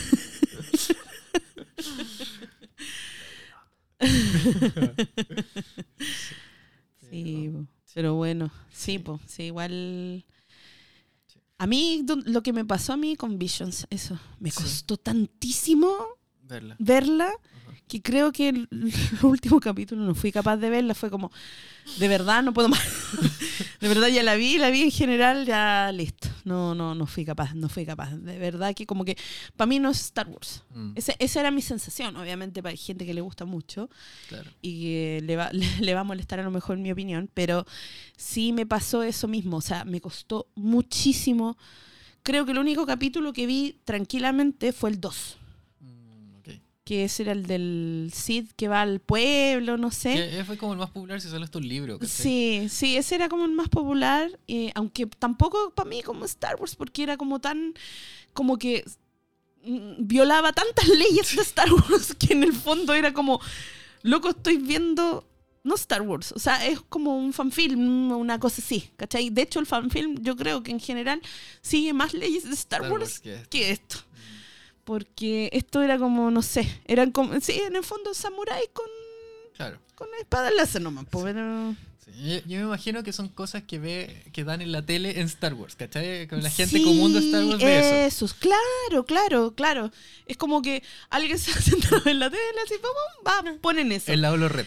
Sí, pero bueno, sí, igual. A mí, lo que me pasó a mí con Visions, eso, me costó tantísimo verla que creo que el último capítulo no fui capaz de verla, fue como, de verdad no puedo más. De verdad ya la vi en general, ya listo. No fui capaz. De verdad que como que para mí no es Star Wars. Esa era mi sensación, obviamente para gente que le gusta mucho. Claro. Y que le va a molestar a lo mejor mi opinión, pero sí me pasó eso mismo, o sea, me costó muchísimo. Creo que el único capítulo que vi tranquilamente fue el 2. Que ese era el del Cid que va al pueblo, no sé. Que fue como el más popular si solo estos libros. ¿Cachai? Sí, ese era como el más popular, aunque tampoco para mí como Star Wars, porque era como tan, como que violaba tantas leyes de Star Wars que en el fondo era como, loco, estoy viendo, no Star Wars, o sea, es como un fanfilm, una cosa así, ¿cachai? De hecho el fanfilm yo creo que en general sigue más leyes de Star Wars que esto. Porque esto era como, no sé, eran como, sí, en el fondo samurái con espada láser nomás, pero... Sí, yo me imagino que son cosas que dan en la tele en Star Wars, ¿cachai? Con la gente común de Star Wars ve eso. Claro. Es como que alguien se ha sentado en la tele, así, ponen eso. El Holo Red.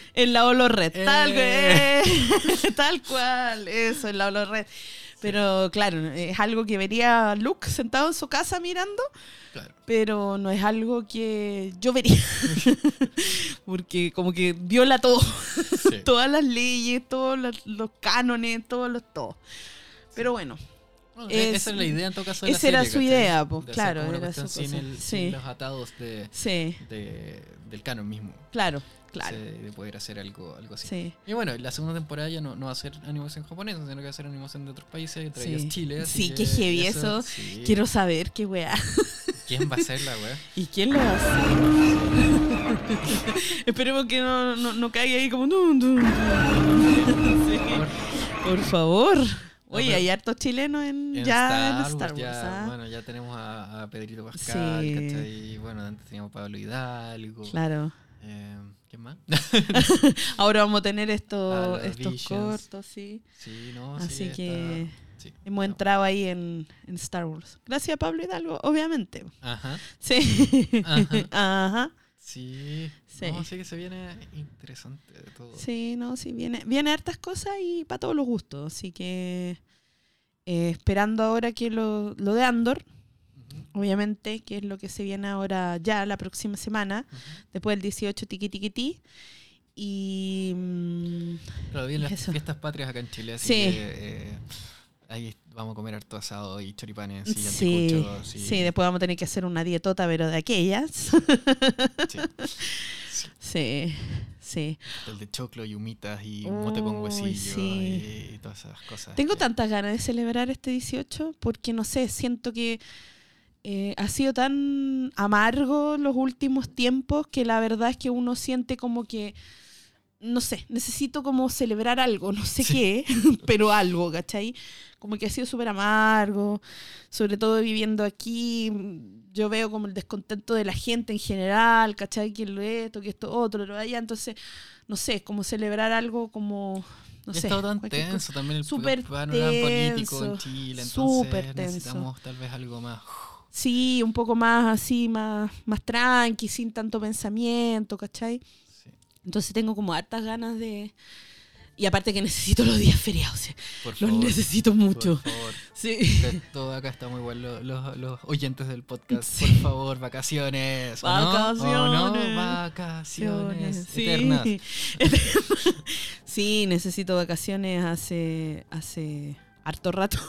Tal cual, eso, el Holo Red. Pero claro, es algo que vería Luke sentado en su casa mirando, pero no es algo que yo vería. Porque como que viola todo. Todas las leyes, todos los cánones, todo. Pero bueno. Esa era la idea en todo caso de la serie. Esa era su idea, pues, claro. Era su sin los atados del canon mismo. Claro. De poder hacer algo así. Sí. Y bueno, la segunda temporada ya no va a ser animación japonesa, sino que va a ser animación de otros países, entre ellos Chile. Sí, qué heavy eso. Sí. Quiero saber qué weá. ¿Quién va a ser la weá? ¿Y quién lo va a hacer? Esperemos que no caiga ahí como... Por favor. Oye, hay hartos chilenos en Star Wars. Bueno, ya tenemos a Pedrito Pascal, ¿cachai? Y bueno, antes teníamos a Pablo Hidalgo. Claro. ¿Quién más? Ahora vamos a tener estos Visions. cortos, sí. Sí, no, Así sí, que sí, hemos entrado ahí en Star Wars. Gracias a Pablo Hidalgo, obviamente. Ajá. Sí. Ajá. Ajá. Sí. Sí. No, sí que se viene interesante de todo. Sí, no, sí, viene hartas cosas y para todos los gustos. Así que esperando ahora que lo de Andor, obviamente, que es lo que se viene ahora ya la próxima semana, después del 18 tiqui tiqui ti. Y Claro, vienen las eso. fiestas patrias acá en Chile, así Sí. que ahí vamos a comer harto asado y choripanes y sí, anticuchos. Y... sí, después vamos a tener que hacer una dietota, pero de aquellas. Sí. Sí, sí. El de choclo y humitas y Uy, mote con huesillo sí. y todas esas cosas. Tengo que- tantas ganas de celebrar este 18 porque, no sé, siento que ha sido tan amargo los últimos tiempos que la verdad es que uno siente como que, no sé, necesito como celebrar algo, no sé qué, pero algo, ¿cachai? Como que ha sido súper amargo, sobre todo viviendo aquí, yo veo como el descontento de la gente en general, ¿cachai? Que esto otro, lo allá, entonces, no sé, como celebrar algo como... No ha sé, estado tan cualquier tenso también el Súper panorama político en tenso, Chile, entonces súper tenso. necesitamos tal vez algo más. Sí, un poco más así, más tranqui, sin tanto pensamiento, ¿cachai? Sí, Entonces tengo como hartas ganas de... Y aparte que necesito los días feriados, ¿sí? por Los favor. necesito mucho. Por favor. Sí. De todo acá estamos igual los oyentes del podcast. Sí. Por favor, vacaciones. ¿O no? Vacaciones. Vacaciones Sí. eternas. Sí, necesito vacaciones hace harto rato.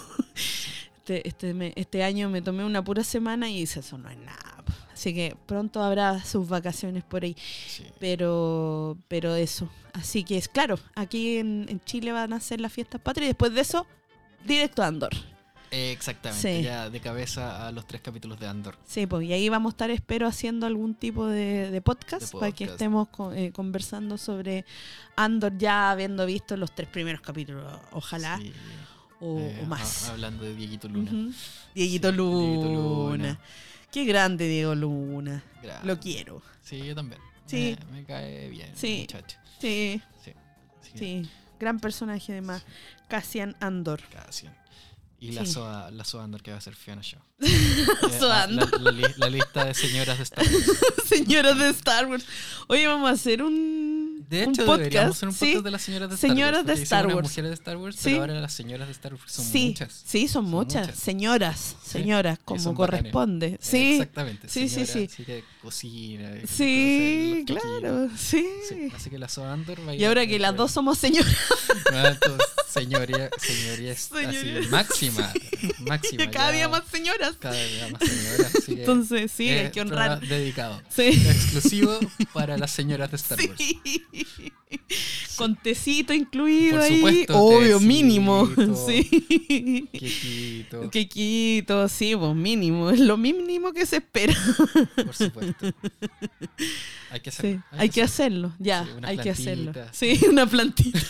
Este año me tomé una pura semana y eso no es nada. Así que pronto habrá sus vacaciones por ahí. Sí. Pero eso. Así que es claro, aquí en Chile van a ser las fiestas patrias y después de eso, directo a Andor. Exactamente, Sí. ya de cabeza a los 3 capítulos de Andor. Sí, pues y ahí vamos a estar, espero, haciendo algún tipo de podcast, para que podcast. estemos conversando sobre Andor ya habiendo visto los 3 primeros capítulos, ojalá, Sí. o más. Hablando de Dieguito Luna. Ujú. Dieguito Sí, Luna. Dieguito Luna. Qué grande Diego Luna. Gra- Lo quiero. Sí, yo también. Sí. Me cae bien, Sí. muchacho. Sí, Sí. Así que, sí. Gran personaje además. Cassian Andor. Cassian. Y la Sí. SOA Andor que va a ser Fiona Shaw. SOA Andor. La lista de señoras de Star Wars. Señoras de Star Wars. Oye, vamos a hacer De un hecho, podcast. deberíamos hacer un podcast ¿sí? de las señoras de Señoras Star Wars. de porque Star hicimos Wars. Las mujeres de Star Wars, Sí. pero ahora las señoras de Star Wars son sí, muchas. sí, son muchas. Señoras, Sí. señoras, Y como son corresponde. Sí, Exactamente. Sí, sí, señora, sí. Así que cocina. y sí, cose, los claro, taquitos. sí. Sí, así que la SOA Andor va a ir Y ahora que las dos somos señoras, señoría es Señoría. así, máxima. cada ya, día más señoras. Cada día más señoras. Así que Entonces, sí, hay que honrar. programa dedicado. Sí. Exclusivo para las señoras de Star Wars. Sí. Con tecito incluido Por ahí. supuesto, Obvio, tecito, mínimo. Sí. Quequito, Quequito, sí, pues mínimo. Es lo mínimo que se espera. por supuesto. Hay que hacerlo. Sí, hay que hacerlo. Ya, Sí, unas hay que hacerlo. plantitas. Sí, una plantita.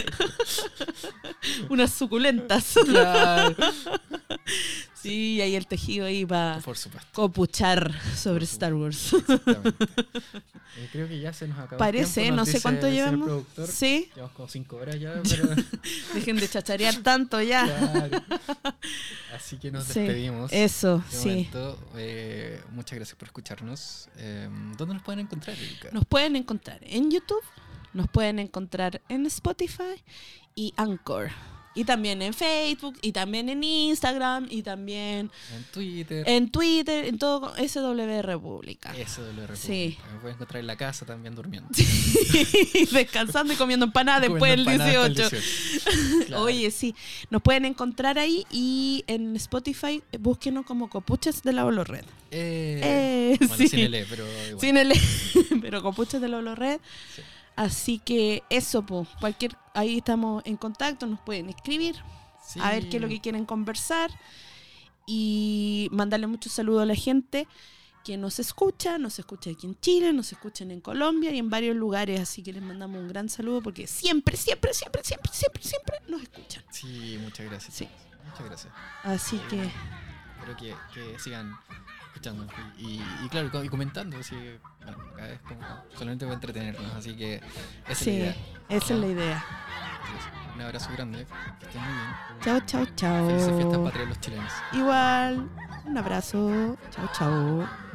Unas suculentas. Claro, Sí, y ahí el tejido ahí va por supuesto. copuchar sobre Por Star Wars. Exactamente. Creo que ya se nos acabó. Parece, el tiempo, no nos sé dice cuánto el señor llevamos. productor. Sí, Llevamos como 5 horas ya, pero dejen de chacharear tanto ya. claro. Así que nos Sí, despedimos. eso, De sí. momento, muchas gracias por escucharnos. ¿Dónde nos pueden encontrar, Erika? Nos pueden encontrar en YouTube, nos pueden encontrar en Spotify y Anchor. Y también en Facebook, y también en Instagram, y también En Twitter. en todo SW República. SW Sí. Me pueden encontrar en la casa también durmiendo. Descansando y comiendo empanada después del Comiendo empanadas 18. para el 18. Claro. Oye, sí, nos pueden encontrar ahí y en Spotify búsquenos como Copuches de la Olored. Bueno, sí. sin el E, pero igual. Sin el pero Copuches de la Olored. Sí. Así que eso, pues, ahí estamos en contacto, nos pueden escribir, Sí. a ver qué es lo que quieren conversar y mandarle muchos saludos a la gente que nos escucha aquí en Chile, nos escuchan en Colombia y en varios lugares, así que les mandamos un gran saludo porque siempre nos escuchan. Sí, muchas gracias. Sí. Muchas gracias. Así que Espero que sigan escuchando. Y claro, y comentando. Así que, bueno, acá es como solamente para entretenernos. Así que esa es la idea. Esa es la idea. Un abrazo grande. Que estén muy bien. Chao, chao, chao. Felices fiestas patrias a los chilenos. Igual, un abrazo. Chao, chao.